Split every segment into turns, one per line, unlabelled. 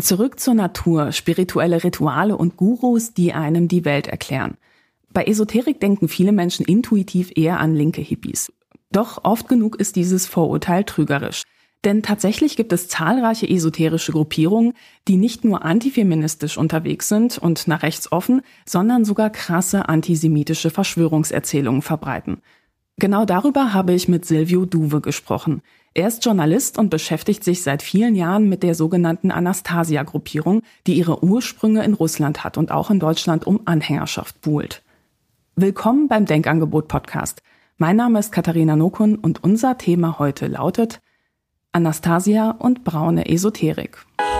Zurück zur Natur, spirituelle Rituale und Gurus, die einem die Welt erklären. Bei Esoterik denken viele Menschen intuitiv eher an linke Hippies. Doch oft genug ist dieses Vorurteil trügerisch. Denn tatsächlich gibt es zahlreiche esoterische Gruppierungen, die nicht nur antifeministisch unterwegs sind und nach rechts offen, sondern sogar krasse antisemitische Verschwörungserzählungen verbreiten. Genau darüber habe ich mit Silvio Duwe gesprochen. Er ist Journalist und beschäftigt sich seit vielen Jahren mit der sogenannten Anastasia-Gruppierung, die ihre Ursprünge in Russland hat und auch in Deutschland um Anhängerschaft buhlt. Willkommen beim Denkangebot-Podcast. Mein Name ist Katharina Nokun und unser Thema heute lautet Anastasia und braune Esoterik.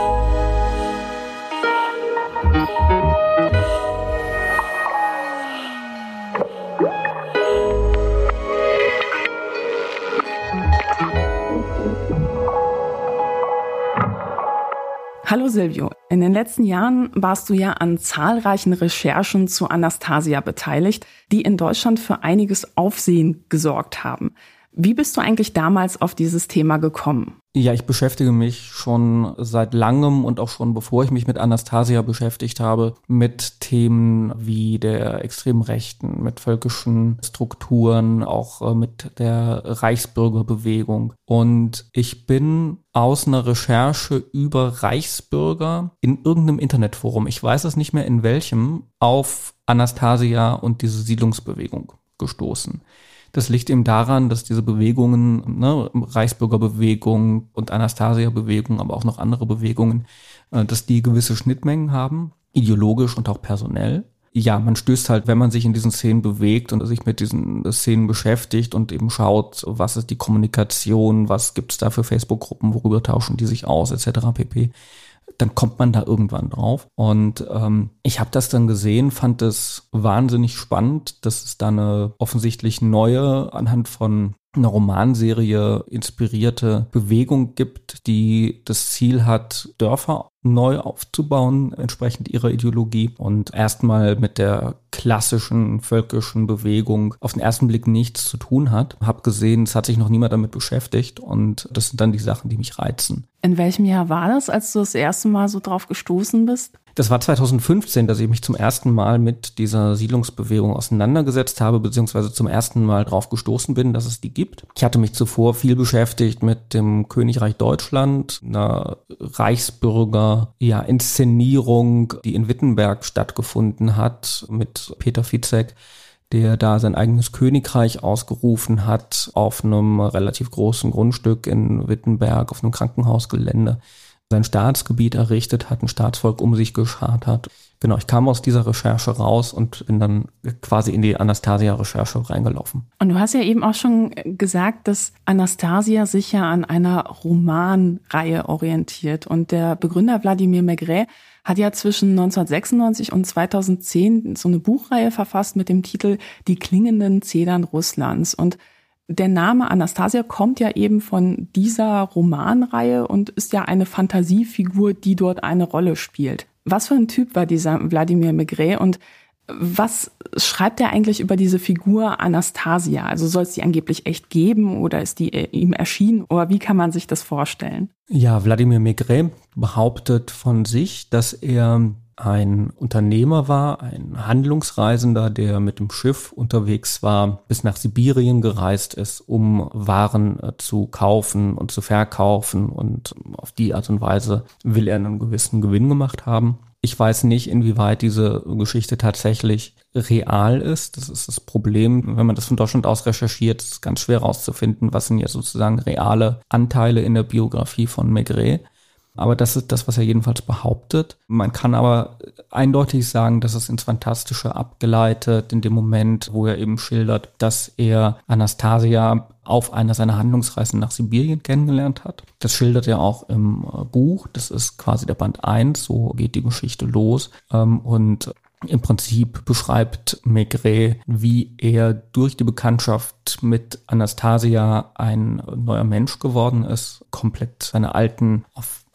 Hallo Silvio, in den letzten Jahren warst du ja an zahlreichen Recherchen zu Anastasia beteiligt, die in Deutschland für einiges Aufsehen gesorgt haben. Wie bist du eigentlich damals auf dieses Thema gekommen?
Ja, ich beschäftige mich schon seit langem und auch schon bevor ich mich mit Anastasia beschäftigt habe, mit Themen wie der extremen Rechten, mit völkischen Strukturen, auch mit der Reichsbürgerbewegung. Und ich bin aus einer Recherche über Reichsbürger in irgendeinem Internetforum, ich weiß es nicht mehr in welchem, auf Anastasia und diese Siedlungsbewegung gestoßen. Das liegt eben daran, dass diese Bewegungen, Reichsbürgerbewegung und Anastasia-Bewegung, aber auch noch andere Bewegungen, dass die gewisse Schnittmengen haben, ideologisch und auch personell. Ja, man stößt halt, wenn man sich in diesen Szenen bewegt und sich mit diesen Szenen beschäftigt und eben schaut, was ist die Kommunikation, was gibt's da für Facebook-Gruppen, worüber tauschen die sich aus, etc. pp., dann kommt man da irgendwann drauf. Und ich habe das dann gesehen, fand es wahnsinnig spannend, dass es da eine offensichtlich neue, anhand von einer Romanserie inspirierte Bewegung gibt, die das Ziel hat, Dörfer neu aufzubauen, entsprechend ihrer Ideologie, und erstmal mit der klassischen völkischen Bewegung auf den ersten Blick nichts zu tun hat. Hab gesehen, es hat sich noch niemand damit beschäftigt, und das sind dann die Sachen, die mich reizen.
In welchem Jahr war das, als du das erste Mal so drauf gestoßen bist?
Das war 2015, dass ich mich zum ersten Mal mit dieser Siedlungsbewegung auseinandergesetzt habe, beziehungsweise zum ersten Mal drauf gestoßen bin, dass es die gibt. Ich hatte mich zuvor viel beschäftigt mit dem Königreich Deutschland, einer Reichsbürger-Inszenierung, die in Wittenberg stattgefunden hat, mit Peter Fitzek, der da sein eigenes Königreich ausgerufen hat, auf einem relativ großen Grundstück in Wittenberg, auf einem Krankenhausgelände, sein Staatsgebiet errichtet hat, ein Staatsvolk um sich geschart hat. Genau, ich kam aus dieser Recherche raus und bin dann quasi in die Anastasia-Recherche reingelaufen.
Und du hast ja eben auch schon gesagt, dass Anastasia sich ja an einer Romanreihe orientiert. Und der Begründer Wladimir Maigret hat ja zwischen 1996 und 2010 so eine Buchreihe verfasst mit dem Titel Die klingenden Zedern Russlands. Und der Name Anastasia kommt ja eben von dieser Romanreihe und ist ja eine Fantasiefigur, die dort eine Rolle spielt. Was für ein Typ war dieser Wladimir Maigret und was schreibt er eigentlich über diese Figur Anastasia? Also soll es die angeblich echt geben oder ist die ihm erschienen? Oder wie kann man sich das vorstellen?
Ja, Wladimir Maigret behauptet von sich, dass er ein Unternehmer war, ein Handlungsreisender, der mit dem Schiff unterwegs war, bis nach Sibirien gereist ist, um Waren zu kaufen und zu verkaufen, und auf die Art und Weise will er einen gewissen Gewinn gemacht haben. Ich weiß nicht, inwieweit diese Geschichte tatsächlich real ist. Das ist das Problem. Wenn man das von Deutschland aus recherchiert, ist es ganz schwer herauszufinden, was sind jetzt sozusagen reale Anteile in der Biografie von Maigret. Aber das ist das, was er jedenfalls behauptet. Man kann aber eindeutig sagen, dass es ins Fantastische abgeleitet in dem Moment, wo er eben schildert, dass er Anastasia auf einer seiner Handlungsreisen nach Sibirien kennengelernt hat. Das schildert er auch im Buch. Das ist quasi der Band 1, so geht die Geschichte los. Und im Prinzip beschreibt Maigret, wie er durch die Bekanntschaft mit Anastasia ein neuer Mensch geworden ist, komplett seine alten, auf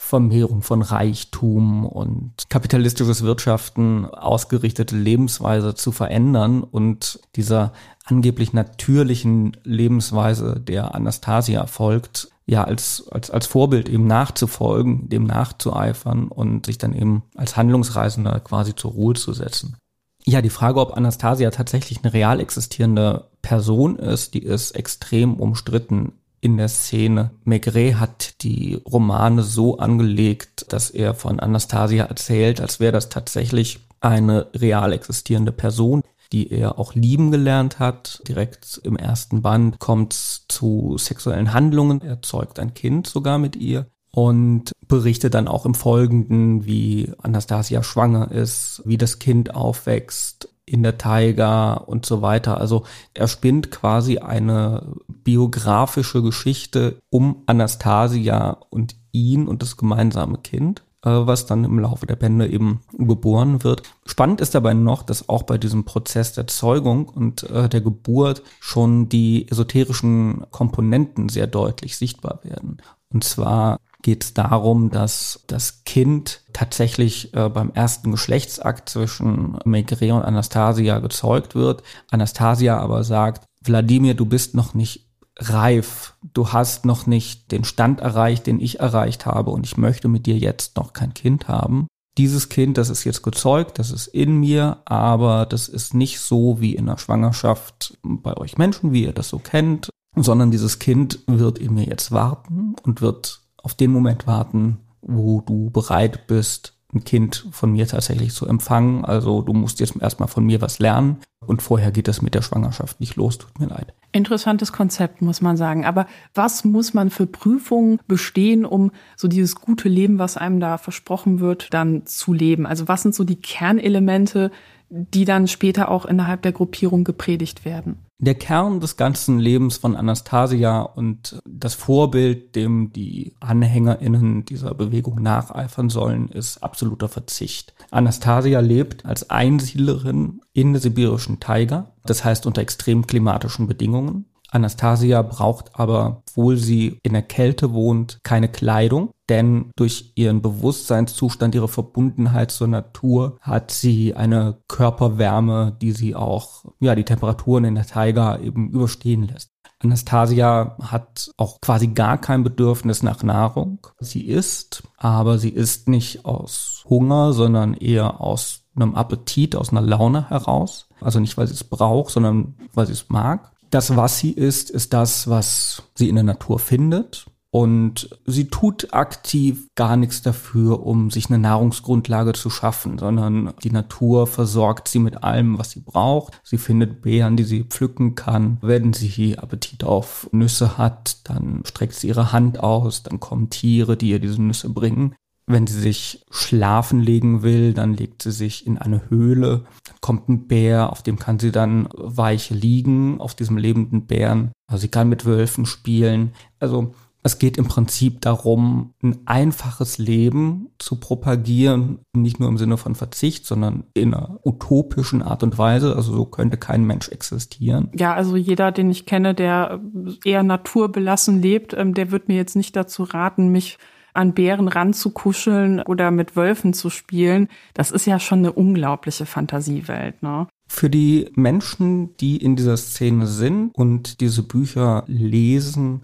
Vermehrung von Reichtum und kapitalistisches Wirtschaften ausgerichtete Lebensweise zu verändern und dieser angeblich natürlichen Lebensweise der Anastasia folgt, ja als Vorbild eben nachzufolgen, dem nachzueifern und sich dann eben als Handlungsreisender quasi zur Ruhe zu setzen. Ja, die Frage, ob Anastasia tatsächlich eine real existierende Person ist, die ist extrem umstritten in der Szene. Maigret hat die Romane so angelegt, dass er von Anastasia erzählt, als wäre das tatsächlich eine real existierende Person, die er auch lieben gelernt hat. Direkt im ersten Band kommt es zu sexuellen Handlungen. Er zeugt ein Kind sogar mit ihr und berichtet dann auch im Folgenden, wie Anastasia schwanger ist, wie das Kind aufwächst in der Taiga und so weiter. Also er spinnt quasi eine biografische Geschichte um Anastasia und ihn und das gemeinsame Kind, was dann im Laufe der Bände eben geboren wird. Spannend ist dabei noch, dass auch bei diesem Prozess der Zeugung und der Geburt schon die esoterischen Komponenten sehr deutlich sichtbar werden. Und zwar geht es darum, dass das Kind tatsächlich beim ersten Geschlechtsakt zwischen Maigret und Anastasia gezeugt wird. Anastasia aber sagt, Wladimir, du bist noch nicht reif, du hast noch nicht den Stand erreicht, den ich erreicht habe und ich möchte mit dir jetzt noch kein Kind haben. Dieses Kind, das ist jetzt gezeugt, das ist in mir, aber das ist nicht so wie in der Schwangerschaft bei euch Menschen, wie ihr das so kennt, sondern dieses Kind wird in mir jetzt warten und wird auf den Moment warten, wo du bereit bist, ein Kind von mir tatsächlich zu empfangen. Also du musst jetzt erstmal von mir was lernen und vorher geht das mit der Schwangerschaft nicht los, tut mir leid.
Interessantes Konzept, muss man sagen. Aber was muss man für Prüfungen bestehen, um so dieses gute Leben, was einem da versprochen wird, dann zu leben? Also was sind so die Kernelemente, die dann später auch innerhalb der Gruppierung gepredigt werden?
Der Kern des ganzen Lebens von Anastasia und das Vorbild, dem die AnhängerInnen dieser Bewegung nacheifern sollen, ist absoluter Verzicht. Anastasia lebt als Einsiedlerin in der sibirischen Taiga, das heißt unter extrem klimatischen Bedingungen. Anastasia braucht aber, obwohl sie in der Kälte wohnt, keine Kleidung, denn durch ihren Bewusstseinszustand, ihre Verbundenheit zur Natur hat sie eine Körperwärme, die sie auch, die Temperaturen in der Taiga eben überstehen lässt. Anastasia hat auch quasi gar kein Bedürfnis nach Nahrung. Sie isst, aber sie isst nicht aus Hunger, sondern eher aus einem Appetit, aus einer Laune heraus. Also nicht, weil sie es braucht, sondern weil sie es mag. Das, was sie isst, ist das, was sie in der Natur findet. Und sie tut aktiv gar nichts dafür, um sich eine Nahrungsgrundlage zu schaffen, sondern die Natur versorgt sie mit allem, was sie braucht. Sie findet Beeren, die sie pflücken kann. Wenn sie Appetit auf Nüsse hat, dann streckt sie ihre Hand aus, dann kommen Tiere, die ihr diese Nüsse bringen. Wenn sie sich schlafen legen will, dann legt sie sich in eine Höhle. Dann kommt ein Bär, auf dem kann sie dann weich liegen, auf diesem lebenden Bären. Also sie kann mit Wölfen spielen. Also es geht im Prinzip darum, ein einfaches Leben zu propagieren, nicht nur im Sinne von Verzicht, sondern in einer utopischen Art und Weise. Also so könnte kein Mensch existieren.
Ja, also jeder, den ich kenne, der eher naturbelassen lebt, der wird mir jetzt nicht dazu raten, mich an Bären ranzukuscheln oder mit Wölfen zu spielen. Das ist ja schon eine unglaubliche Fantasiewelt, ne?
Für die Menschen, die in dieser Szene sind und diese Bücher lesen,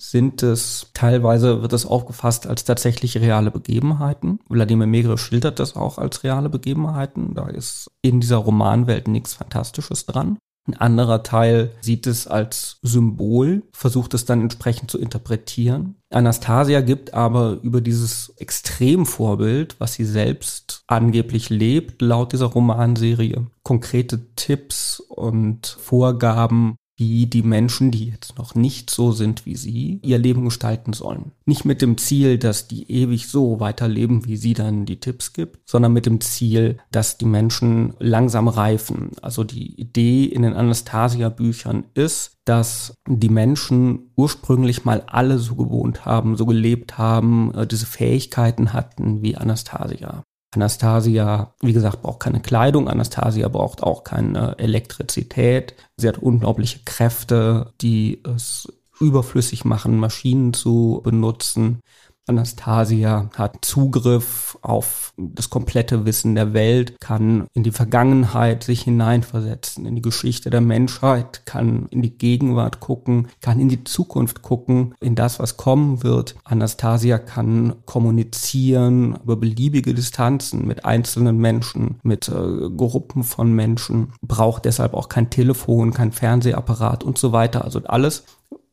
wird es aufgefasst als tatsächlich reale Begebenheiten. Wladimir Maigret schildert das auch als reale Begebenheiten. Da ist in dieser Romanwelt nichts Fantastisches dran. Ein anderer Teil sieht es als Symbol, versucht es dann entsprechend zu interpretieren. Anastasia gibt aber über dieses Extremvorbild, was sie selbst angeblich lebt, laut dieser Romanserie, konkrete Tipps und Vorgaben, wie die Menschen, die jetzt noch nicht so sind wie sie, ihr Leben gestalten sollen. Nicht mit dem Ziel, dass die ewig so weiterleben, wie sie dann die Tipps gibt, sondern mit dem Ziel, dass die Menschen langsam reifen. Also die Idee in den Anastasia-Büchern ist, dass die Menschen ursprünglich mal alle so gewohnt haben, so gelebt haben, diese Fähigkeiten hatten wie Anastasia. Anastasia, wie gesagt, braucht keine Kleidung. Anastasia braucht auch keine Elektrizität. Sie hat unglaubliche Kräfte, die es überflüssig machen, Maschinen zu benutzen. Anastasia hat Zugriff auf das komplette Wissen der Welt, kann in die Vergangenheit sich hineinversetzen, in die Geschichte der Menschheit, kann in die Gegenwart gucken, kann in die Zukunft gucken, in das, was kommen wird. Anastasia kann kommunizieren über beliebige Distanzen mit einzelnen Menschen, mit Gruppen von Menschen, braucht deshalb auch kein Telefon, kein Fernsehapparat und so weiter. Also alles,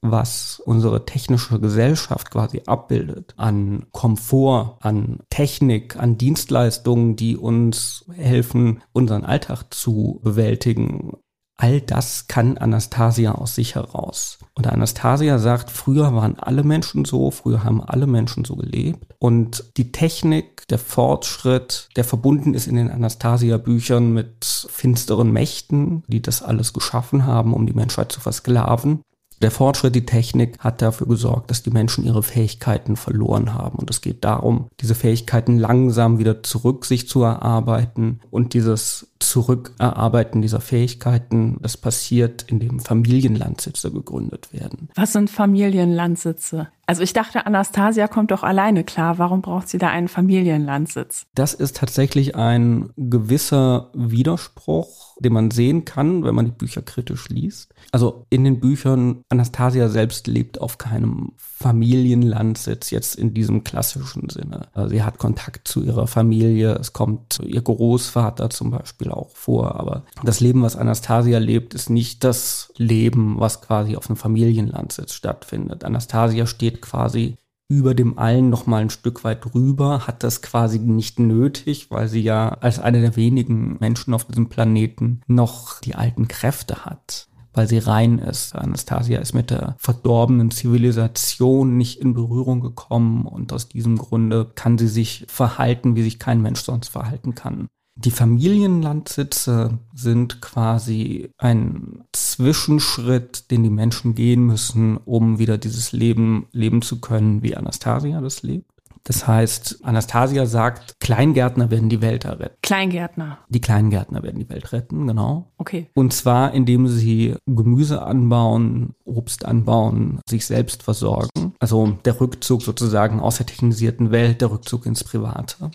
was unsere technische Gesellschaft quasi abbildet, an Komfort, an Technik, an Dienstleistungen, die uns helfen, unseren Alltag zu bewältigen. All das kann Anastasia aus sich heraus. Und Anastasia sagt, früher waren alle Menschen so, früher haben alle Menschen so gelebt. Und die Technik, der Fortschritt, der verbunden ist in den Anastasia-Büchern mit finsteren Mächten, die das alles geschaffen haben, um die Menschheit zu versklaven. Der Fortschritt, die Technik hat dafür gesorgt, dass die Menschen ihre Fähigkeiten verloren haben. Und es geht darum, diese Fähigkeiten langsam wieder zurück sich zu erarbeiten. Und dieses Zurückerarbeiten dieser Fähigkeiten, das passiert, indem Familienlandsitze gegründet werden.
Was sind Familienlandsitze? Also ich dachte, Anastasia kommt doch alleine klar. Warum braucht sie da einen Familienlandsitz?
Das ist tatsächlich ein gewisser Widerspruch, den man sehen kann, wenn man die Bücher kritisch liest. Also in den Büchern, Anastasia selbst lebt auf keinem Familienlandsitz, jetzt in diesem klassischen Sinne. Also sie hat Kontakt zu ihrer Familie, es kommt ihr Großvater zum Beispiel auch vor, aber das Leben, was Anastasia lebt, ist nicht das Leben, was quasi auf einem Familienlandsitz stattfindet. Anastasia steht quasi über dem Allen noch mal ein Stück weit drüber, hat das quasi nicht nötig, weil sie ja als eine der wenigen Menschen auf diesem Planeten noch die alten Kräfte hat, weil sie rein ist. Anastasia ist mit der verdorbenen Zivilisation nicht in Berührung gekommen und aus diesem Grunde kann sie sich verhalten, wie sich kein Mensch sonst verhalten kann. Die Familienlandsitze sind quasi ein Zwischenschritt, den die Menschen gehen müssen, um wieder dieses Leben leben zu können, wie Anastasia das lebt. Das heißt, Anastasia sagt, Kleingärtner werden die Welt retten.
Kleingärtner?
Die Kleingärtner werden die Welt retten, genau.
Okay.
Und zwar, indem sie Gemüse anbauen, Obst anbauen, sich selbst versorgen. Also der Rückzug sozusagen aus der technisierten Welt, der Rückzug ins Private.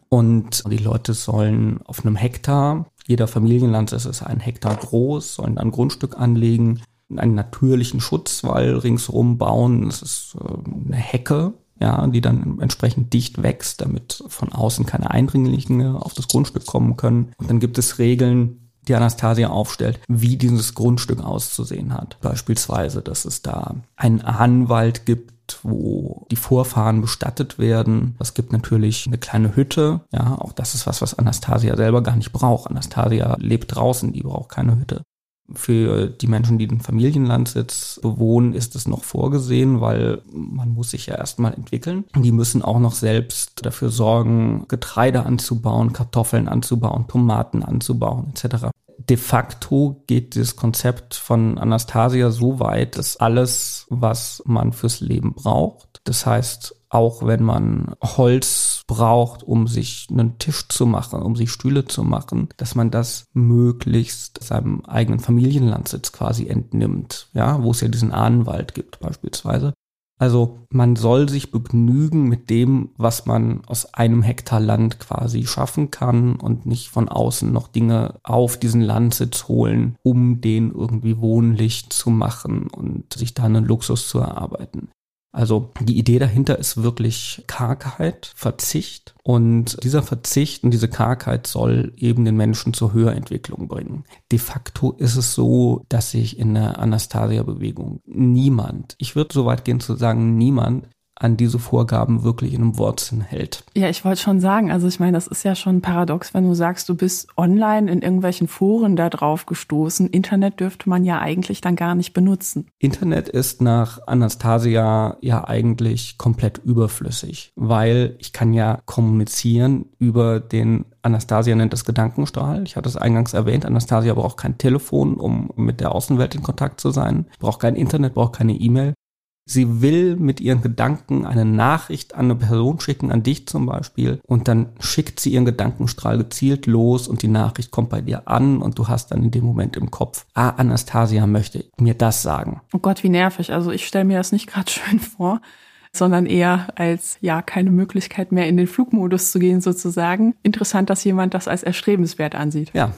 Und die Leute sollen auf einem Hektar, jeder Familienlandsitz ist 1 Hektar groß, sollen dann ein Grundstück anlegen, einen natürlichen Schutzwall ringsherum bauen. Das ist eine Hecke, ja, die dann entsprechend dicht wächst, damit von außen keine Eindringlinge auf das Grundstück kommen können. Und dann gibt es Regeln, die Anastasia aufstellt, wie dieses Grundstück auszusehen hat. Beispielsweise, dass es da einen Ahnenwald gibt, wo die Vorfahren bestattet werden. Es gibt natürlich eine kleine Hütte. Ja, auch das ist was Anastasia selber gar nicht braucht. Anastasia lebt draußen, die braucht keine Hütte. Für die Menschen, die den Familienlandsitz bewohnen, ist es noch vorgesehen, weil man muss sich ja erstmal entwickeln. Die müssen auch noch selbst dafür sorgen, Getreide anzubauen, Kartoffeln anzubauen, Tomaten anzubauen etc. De facto geht das Konzept von Anastasia so weit, dass alles, was man fürs Leben braucht, das heißt, auch wenn man Holz braucht, um sich einen Tisch zu machen, um sich Stühle zu machen, dass man das möglichst seinem eigenen Familienlandsitz quasi entnimmt, ja, wo es ja diesen Ahnenwald gibt beispielsweise. Also man soll sich begnügen mit dem, was man aus 1 Hektar Land quasi schaffen kann und nicht von außen noch Dinge auf diesen Landsitz holen, um den irgendwie wohnlich zu machen und sich da einen Luxus zu erarbeiten. Also die Idee dahinter ist wirklich Kargheit, Verzicht, und dieser Verzicht und diese Kargheit soll eben den Menschen zur Höherentwicklung bringen. De facto ist es so, dass sich in der Anastasia-Bewegung niemand, ich würde so weit gehen zu sagen, niemand an diese Vorgaben wirklich in einem Wortsinn hält.
Ja, ich wollte schon sagen, also ich meine, das ist ja schon paradox, wenn du sagst, du bist online in irgendwelchen Foren da drauf gestoßen. Internet dürfte man ja eigentlich dann gar nicht benutzen.
Internet ist nach Anastasia ja eigentlich komplett überflüssig, weil ich kann ja kommunizieren über den, Anastasia nennt das Gedankenstrahl. Ich hatte es eingangs erwähnt, Anastasia braucht kein Telefon, um mit der Außenwelt in Kontakt zu sein, braucht kein Internet, braucht keine E-Mail. Sie will mit ihren Gedanken eine Nachricht an eine Person schicken, an dich zum Beispiel, und dann schickt sie ihren Gedankenstrahl gezielt los und die Nachricht kommt bei dir an und du hast dann in dem Moment im Kopf, Anastasia möchte mir das sagen.
Oh Gott, wie nervig. Also ich stelle mir das nicht gerade schön vor. sondern eher als keine Möglichkeit mehr in den Flugmodus zu gehen sozusagen. Interessant, dass jemand das als erstrebenswert ansieht.
Ja,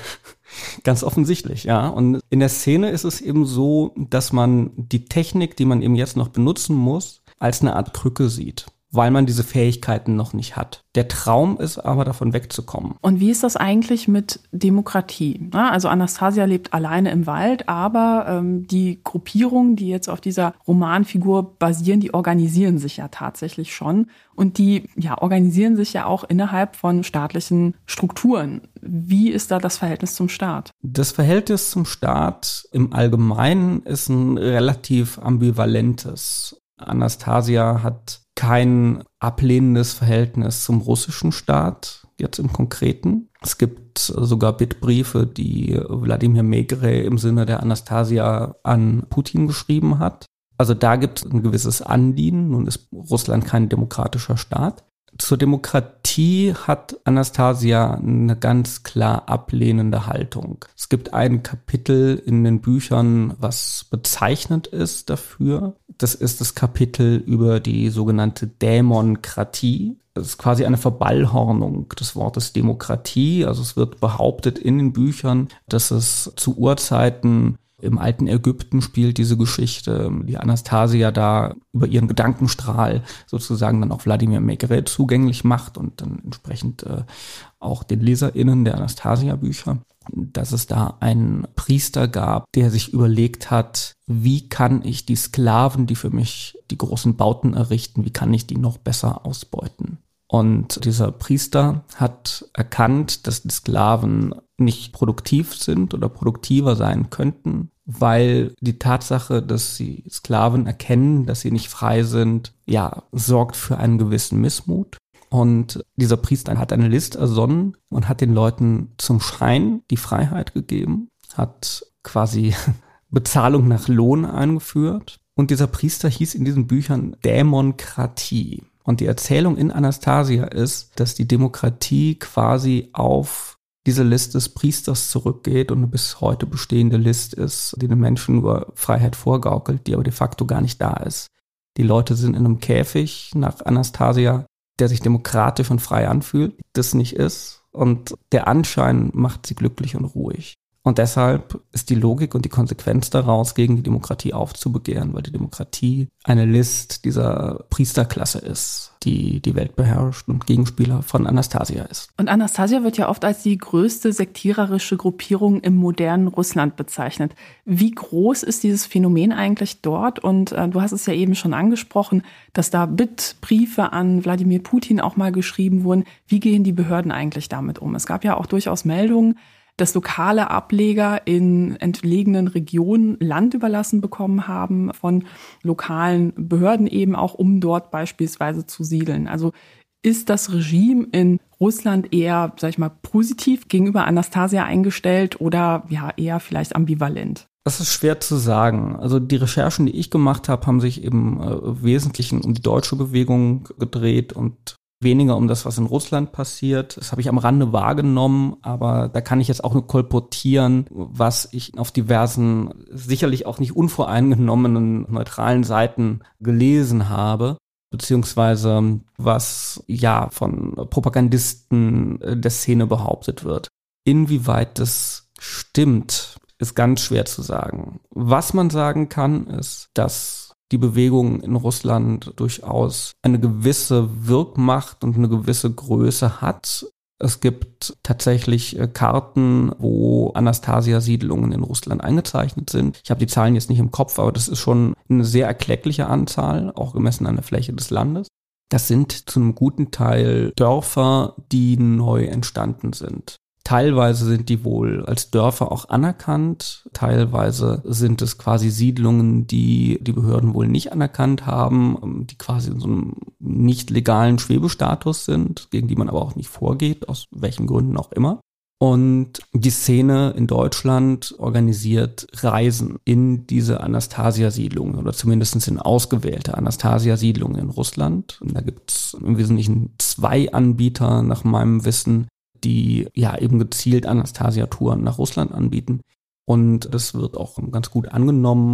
ganz offensichtlich, ja. Und in der Szene ist es eben so, dass man die Technik, die man eben jetzt noch benutzen muss, als eine Art Krücke sieht, weil man diese Fähigkeiten noch nicht hat. Der Traum ist aber, davon wegzukommen.
Und wie ist das eigentlich mit Demokratie? Also Anastasia lebt alleine im Wald, aber die Gruppierungen, die jetzt auf dieser Romanfigur basieren, die organisieren sich ja tatsächlich schon. Und die organisieren sich ja auch innerhalb von staatlichen Strukturen. Wie ist da das Verhältnis zum Staat?
Das Verhältnis zum Staat im Allgemeinen ist ein relativ ambivalentes. Anastasia hat kein ablehnendes Verhältnis zum russischen Staat, jetzt im Konkreten. Es gibt sogar Bittbriefe, die Wladimir Megre im Sinne der Anastasia an Putin geschrieben hat. Also da gibt es ein gewisses Anliegen. Nun ist Russland kein demokratischer Staat. Zur Demokratie hat Anastasia eine ganz klar ablehnende Haltung. Es gibt ein Kapitel in den Büchern, was bezeichnend ist dafür. Das ist das Kapitel über die sogenannte Dämonkratie. Das ist quasi eine Verballhornung des Wortes Demokratie. Also es wird behauptet in den Büchern, dass es zu Urzeiten im alten Ägypten spielt diese Geschichte, die Anastasia da über ihren Gedankenstrahl sozusagen dann auch Wladimir Megre zugänglich macht und dann entsprechend auch den LeserInnen der Anastasia-Bücher, dass es da einen Priester gab, der sich überlegt hat, wie kann ich die Sklaven, die für mich die großen Bauten errichten, wie kann ich die noch besser ausbeuten? Und dieser Priester hat erkannt, dass die Sklaven nicht produktiv sind oder produktiver sein könnten, weil die Tatsache, dass die Sklaven erkennen, dass sie nicht frei sind, sorgt für einen gewissen Missmut. Und dieser Priester hat eine List ersonnen und hat den Leuten zum Schein die Freiheit gegeben, hat quasi Bezahlung nach Lohn eingeführt. Und dieser Priester hieß in diesen Büchern Dämonkratie. Und die Erzählung in Anastasia ist, dass die Demokratie quasi auf diese List des Priesters zurückgeht und eine bis heute bestehende List ist, die den Menschen nur Freiheit vorgaukelt, die aber de facto gar nicht da ist. Die Leute sind in einem Käfig nach Anastasia, der sich demokratisch und frei anfühlt, das nicht ist. Und der Anschein macht sie glücklich und ruhig. Und deshalb ist die Logik und die Konsequenz daraus, gegen die Demokratie aufzubegehren, weil die Demokratie eine List dieser Priesterklasse ist, die die Welt beherrscht und Gegenspieler von Anastasia ist.
Und Anastasia wird ja oft als die größte sektiererische Gruppierung im modernen Russland bezeichnet. Wie groß ist dieses Phänomen eigentlich dort? Und du hast es ja eben schon angesprochen, dass da Bittbriefe an Wladimir Putin auch mal geschrieben wurden. Wie gehen die Behörden eigentlich damit um? Es gab ja auch durchaus Meldungen, dass lokale Ableger in entlegenen Regionen Land überlassen bekommen haben von lokalen Behörden eben auch, um dort beispielsweise zu siedeln. Also ist das Regime in Russland eher, positiv gegenüber Anastasia eingestellt oder eher vielleicht ambivalent?
Das ist schwer zu sagen. Also die Recherchen, die ich gemacht habe, haben sich eben im Wesentlichen um die deutsche Bewegung gedreht und weniger um das, was in Russland passiert. Das habe ich am Rande wahrgenommen, aber da kann ich jetzt auch nur kolportieren, was ich auf diversen, sicherlich auch nicht unvoreingenommenen, neutralen Seiten gelesen habe, beziehungsweise was von Propagandisten der Szene behauptet wird. Inwieweit das stimmt, ist ganz schwer zu sagen. Was man sagen kann, ist, dass die Bewegung in Russland durchaus eine gewisse Wirkmacht und eine gewisse Größe hat. Es gibt tatsächlich Karten, wo Anastasia-Siedlungen in Russland eingezeichnet sind. Ich habe die Zahlen jetzt nicht im Kopf, aber das ist schon eine sehr erkleckliche Anzahl, auch gemessen an der Fläche des Landes. Das sind zu einem guten Teil Dörfer, die neu entstanden sind. Teilweise sind die wohl als Dörfer auch anerkannt, teilweise sind es quasi Siedlungen, die die Behörden wohl nicht anerkannt haben, die quasi in so einem nicht legalen Schwebestatus sind, gegen die man aber auch nicht vorgeht, aus welchen Gründen auch immer. Und die Szene in Deutschland organisiert Reisen in diese Anastasia-Siedlungen oder zumindest in ausgewählte Anastasia-Siedlungen in Russland. Und da gibt es im Wesentlichen 2 Anbieter nach meinem Wissen, die eben gezielt Anastasia-Touren nach Russland anbieten. Und das wird auch ganz gut angenommen.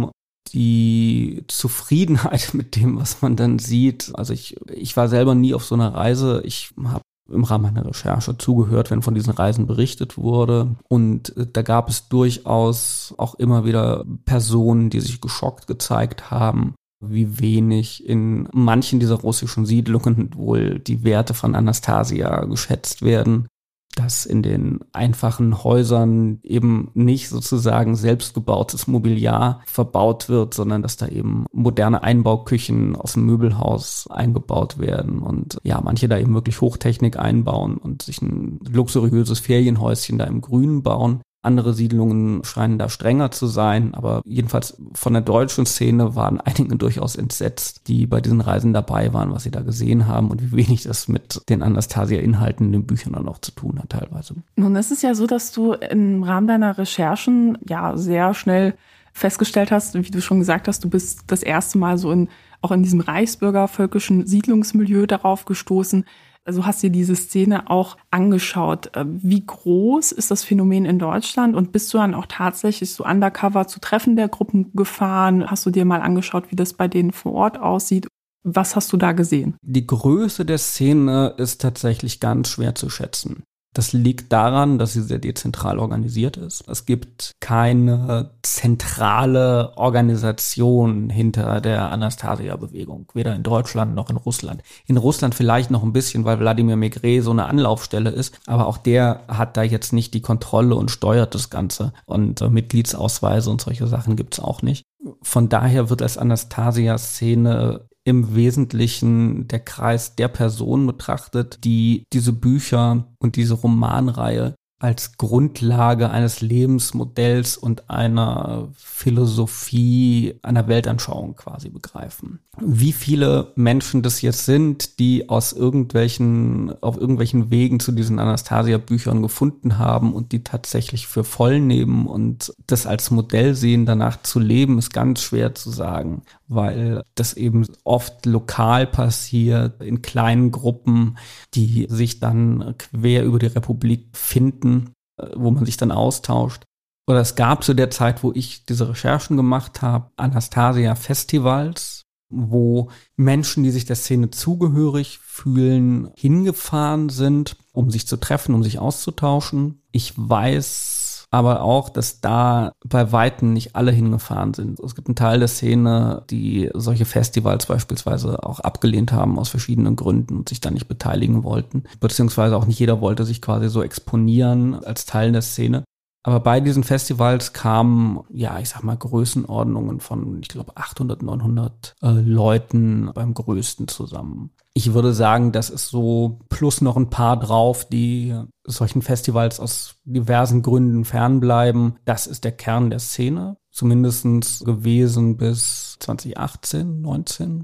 die Zufriedenheit mit dem, was man dann sieht. Also ich war selber nie auf so einer Reise. Ich habe im Rahmen meiner Recherche zugehört, wenn von diesen Reisen berichtet wurde. Und da gab es durchaus auch immer wieder Personen, die sich geschockt gezeigt haben, wie wenig in manchen dieser russischen Siedlungen wohl die Werte von Anastasia geschätzt werden. Dass in den einfachen Häusern eben nicht sozusagen selbstgebautes Mobiliar verbaut wird, sondern dass da eben moderne Einbauküchen aus dem Möbelhaus eingebaut werden und ja, manche da eben wirklich Hochtechnik einbauen und sich ein luxuriöses Ferienhäuschen da im Grünen bauen. Andere Siedlungen scheinen da strenger zu sein, aber jedenfalls von der deutschen Szene waren einige durchaus entsetzt, die bei diesen Reisen dabei waren, was sie da gesehen haben und wie wenig das mit den Anastasia-Inhalten in den Büchern dann auch zu tun hat teilweise.
Nun ist es ja so, dass du im Rahmen deiner Recherchen ja sehr schnell festgestellt hast, wie du schon gesagt hast, du bist das erste Mal so auch in diesem reichsbürgervölkischen Siedlungsmilieu darauf gestoßen. Also hast dir diese Szene auch angeschaut. Wie groß ist das Phänomen in Deutschland und bist du dann auch tatsächlich so undercover zu Treffen der Gruppen gefahren? Hast du dir mal angeschaut, wie das bei denen vor Ort aussieht? Was hast du da gesehen?
Die Größe der Szene ist tatsächlich ganz schwer zu schätzen. Das liegt daran, dass sie sehr dezentral organisiert ist. Es gibt keine zentrale Organisation hinter der Anastasia-Bewegung, weder in Deutschland noch in Russland. In Russland vielleicht noch ein bisschen, weil Wladimir Maigret so eine Anlaufstelle ist, aber auch der hat da jetzt nicht die Kontrolle und steuert das Ganze. Und Mitgliedsausweise und solche Sachen gibt's auch nicht. Von daher wird als Anastasia-Szene im Wesentlichen der Kreis der Personen betrachtet, die diese Bücher und diese Romanreihe als Grundlage eines Lebensmodells und einer Philosophie, einer Weltanschauung quasi begreifen. Wie viele Menschen das jetzt sind, die auf irgendwelchen Wegen zu diesen Anastasia-Büchern gefunden haben und die tatsächlich für voll nehmen und das als Modell sehen, danach zu leben, ist ganz schwer zu sagen, weil das eben oft lokal passiert, in kleinen Gruppen, die sich dann quer über die Republik finden, wo man sich dann austauscht. Oder es gab zu der Zeit, wo ich diese Recherchen gemacht habe, Anastasia-Festivals, wo Menschen, die sich der Szene zugehörig fühlen, hingefahren sind, um sich zu treffen, um sich auszutauschen. Ich weiß aber auch, dass da bei Weitem nicht alle hingefahren sind. Es gibt einen Teil der Szene, die solche Festivals beispielsweise auch abgelehnt haben aus verschiedenen Gründen und sich da nicht beteiligen wollten. Beziehungsweise auch nicht jeder wollte sich quasi so exponieren als Teil der Szene. Aber bei diesen Festivals kamen, ja, ich sag mal, Größenordnungen von, ich glaube, 800, 900 Leuten beim größten zusammen. Ich würde sagen, das ist so plus noch ein paar drauf, die solchen Festivals aus diversen Gründen fernbleiben. Das ist der Kern der Szene, zumindest gewesen bis 2018, 19.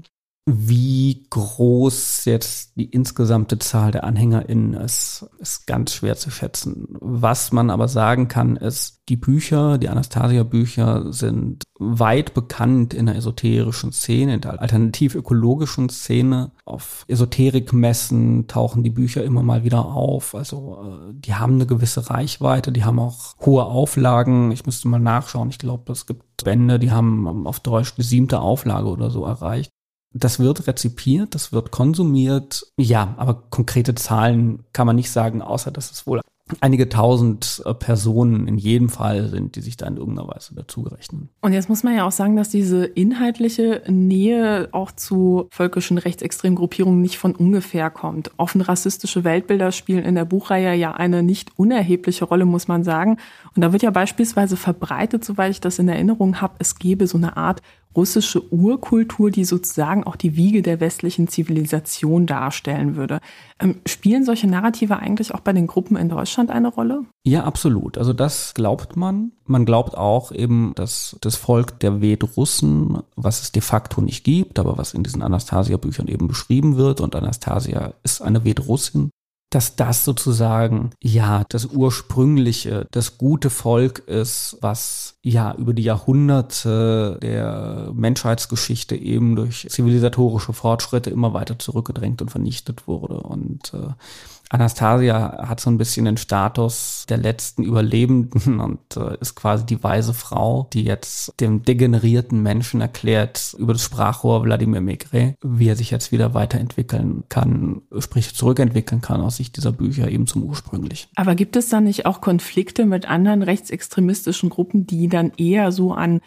Wie groß jetzt die insgesamte Zahl der AnhängerInnen ist ganz schwer zu schätzen. Was man aber sagen kann, ist, die Bücher, die Anastasia-Bücher sind weit bekannt in der esoterischen Szene, in der alternativ-ökologischen Szene. Auf Esoterikmessen tauchen die Bücher immer mal wieder auf. Also die haben eine gewisse Reichweite, die haben auch hohe Auflagen. Ich müsste mal nachschauen. Ich glaube, es gibt Bände, die haben auf Deutsch die 7. Auflage oder so erreicht. Das wird rezipiert, das wird konsumiert. Ja, aber konkrete Zahlen kann man nicht sagen, außer dass es wohl einige tausend Personen in jedem Fall sind, die sich da in irgendeiner Weise dazugerechnen.
Und jetzt muss man ja auch sagen, dass diese inhaltliche Nähe auch zu völkischen rechtsextremen Gruppierungen nicht von ungefähr kommt. Offen rassistische Weltbilder spielen in der Buchreihe ja eine nicht unerhebliche Rolle, muss man sagen. Und da wird ja beispielsweise verbreitet, soweit ich das in Erinnerung habe, es gebe so eine Art russische Urkultur, die sozusagen auch die Wiege der westlichen Zivilisation darstellen würde. Spielen solche Narrative eigentlich auch bei den Gruppen in Deutschland eine Rolle?
Ja, absolut. Also das glaubt man. Man glaubt auch eben, dass das Volk der Ved-Russen, was es de facto nicht gibt, aber was in diesen Anastasia-Büchern eben beschrieben wird, und Anastasia ist eine Ved-Russin, dass das sozusagen, ja, das ursprüngliche, das gute Volk ist, was ja über die Jahrhunderte der Menschheitsgeschichte eben durch zivilisatorische Fortschritte immer weiter zurückgedrängt und vernichtet wurde. Und Anastasia hat so ein bisschen den Status der letzten Überlebenden und ist quasi die weise Frau, die jetzt dem degenerierten Menschen erklärt über das Sprachrohr Wladimir Maigret, wie er sich jetzt wieder weiterentwickeln kann, sprich zurückentwickeln kann aus Sicht dieser Bücher eben zum ursprünglichen.
Aber gibt es da nicht auch Konflikte mit anderen rechtsextremistischen Gruppen, die dann eher so an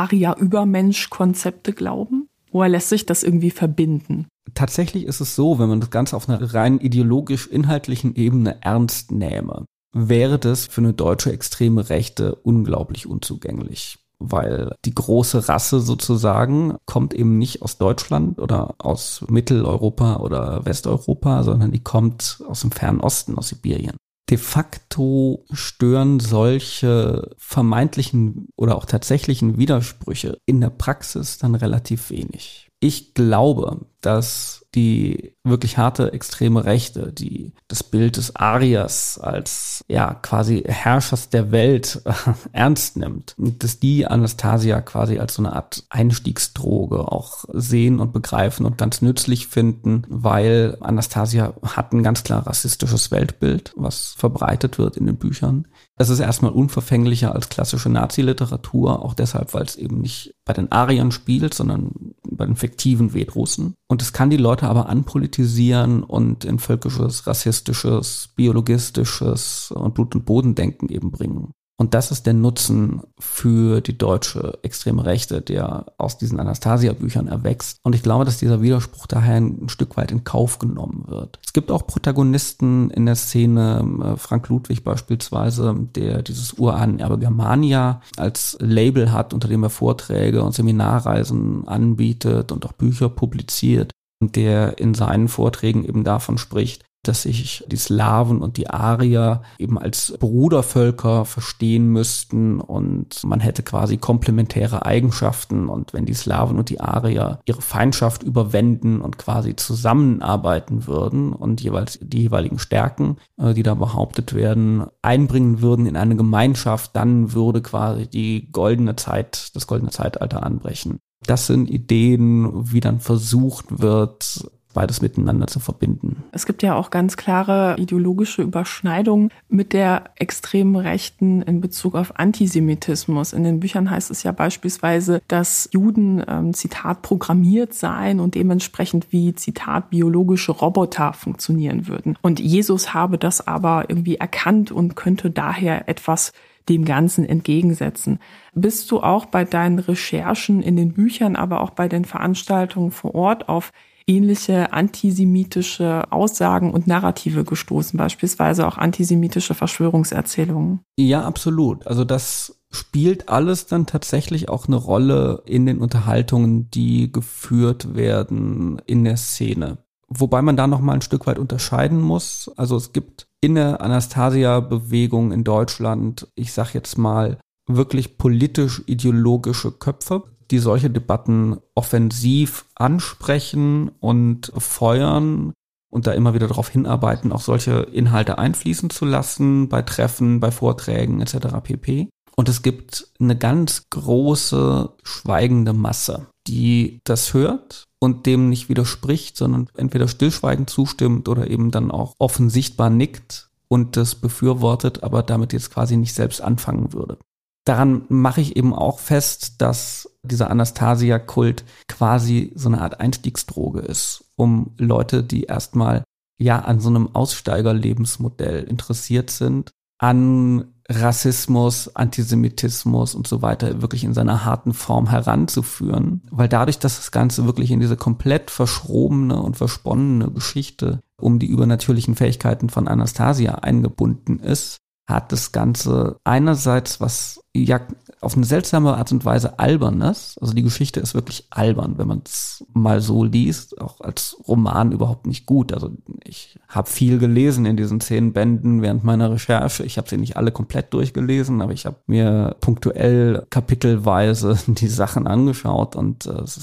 Aria-Übermensch-Konzepte glauben? Oder lässt sich das irgendwie verbinden?
Tatsächlich ist es so, wenn man das Ganze auf einer rein ideologisch-inhaltlichen Ebene ernst nähme, wäre das für eine deutsche extreme Rechte unglaublich unzugänglich. Weil die große Rasse sozusagen kommt eben nicht aus Deutschland oder aus Mitteleuropa oder Westeuropa, sondern die kommt aus dem Fernen Osten, aus Sibirien. De facto stören solche vermeintlichen oder auch tatsächlichen Widersprüche in der Praxis dann relativ wenig. Ich glaube, dass die wirklich harte extreme Rechte, die das Bild des Ariers als quasi Herrschers der Welt ernst nimmt, dass die Anastasia quasi als so eine Art Einstiegsdroge auch sehen und begreifen und ganz nützlich finden, weil Anastasia hat ein ganz klar rassistisches Weltbild, was verbreitet wird in den Büchern. Es ist erstmal unverfänglicher als klassische Nazi-Literatur, auch deshalb, weil es eben nicht bei den Ariern spielt, sondern bei den fiktiven Wedrussen. Und es kann die Leute aber anpolitisieren und in völkisches, rassistisches, biologistisches und Blut- und Bodendenken eben bringen. Und das ist der Nutzen für die deutsche extreme Rechte, der aus diesen Anastasia-Büchern erwächst. Und ich glaube, dass dieser Widerspruch daher ein Stück weit in Kauf genommen wird. Es gibt auch Protagonisten in der Szene, Frank Ludwig beispielsweise, der dieses Urahnenerbe Germania als Label hat, unter dem er Vorträge und Seminarreisen anbietet und auch Bücher publiziert, und der in seinen Vorträgen eben davon spricht, dass sich die Slawen und die Arier eben als Brudervölker verstehen müssten und man hätte quasi komplementäre Eigenschaften, und wenn die Slawen und die Arier ihre Feindschaft überwinden und quasi zusammenarbeiten würden und jeweils die jeweiligen Stärken, die da behauptet werden, einbringen würden in eine Gemeinschaft, dann würde quasi das goldene Zeitalter anbrechen. Das sind Ideen, wie dann versucht wird, beides miteinander zu verbinden.
Es gibt ja auch ganz klare ideologische Überschneidungen mit der extremen Rechten in Bezug auf Antisemitismus. In den Büchern heißt es ja beispielsweise, dass Juden, Zitat, programmiert seien und dementsprechend wie, Zitat, biologische Roboter funktionieren würden. Und Jesus habe das aber irgendwie erkannt und könnte daher etwas dem Ganzen entgegensetzen. Bist du auch bei deinen Recherchen in den Büchern, aber auch bei den Veranstaltungen vor Ort auf ähnliche antisemitische Aussagen und Narrative gestoßen, beispielsweise auch antisemitische Verschwörungserzählungen?
Ja, absolut. Also das spielt alles dann tatsächlich auch eine Rolle in den Unterhaltungen, die geführt werden in der Szene. Wobei man da noch mal ein Stück weit unterscheiden muss. Also es gibt in der Anastasia-Bewegung in Deutschland, ich sag jetzt mal, wirklich politisch-ideologische Köpfe, die solche Debatten offensiv ansprechen und feuern und da immer wieder darauf hinarbeiten, auch solche Inhalte einfließen zu lassen, bei Treffen, bei Vorträgen etc. pp. Und es gibt eine ganz große schweigende Masse, die das hört und dem nicht widerspricht, sondern entweder stillschweigend zustimmt oder eben dann auch offen sichtbar nickt und das befürwortet, aber damit jetzt quasi nicht selbst anfangen würde. Daran mache ich eben auch fest, dass dieser Anastasia-Kult quasi so eine Art Einstiegsdroge ist, um Leute, die erstmal an so einem Aussteigerlebensmodell interessiert sind, an Rassismus, Antisemitismus und so weiter wirklich in seiner harten Form heranzuführen. Weil dadurch, dass das Ganze wirklich in diese komplett verschrobene und versponnene Geschichte um die übernatürlichen Fähigkeiten von Anastasia eingebunden ist, hat das Ganze einerseits was auf eine seltsame Art und Weise Albernes. Also die Geschichte ist wirklich albern, wenn man es mal so liest, auch als Roman überhaupt nicht gut. Also ich habe viel gelesen in diesen 10 Bänden während meiner Recherche. Ich habe sie nicht alle komplett durchgelesen, aber ich habe mir punktuell kapitelweise die Sachen angeschaut und es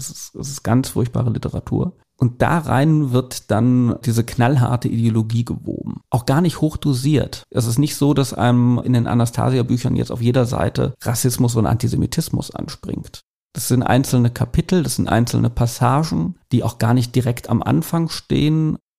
ist ganz furchtbare Literatur. Und da rein wird dann diese knallharte Ideologie gewoben. Auch gar nicht hochdosiert. Es ist nicht so, dass einem in den Anastasia-Büchern jetzt auf jeder Seite Rassismus und Antisemitismus anspringt. Das sind einzelne Kapitel, das sind einzelne Passagen, die auch gar nicht direkt am Anfang stehen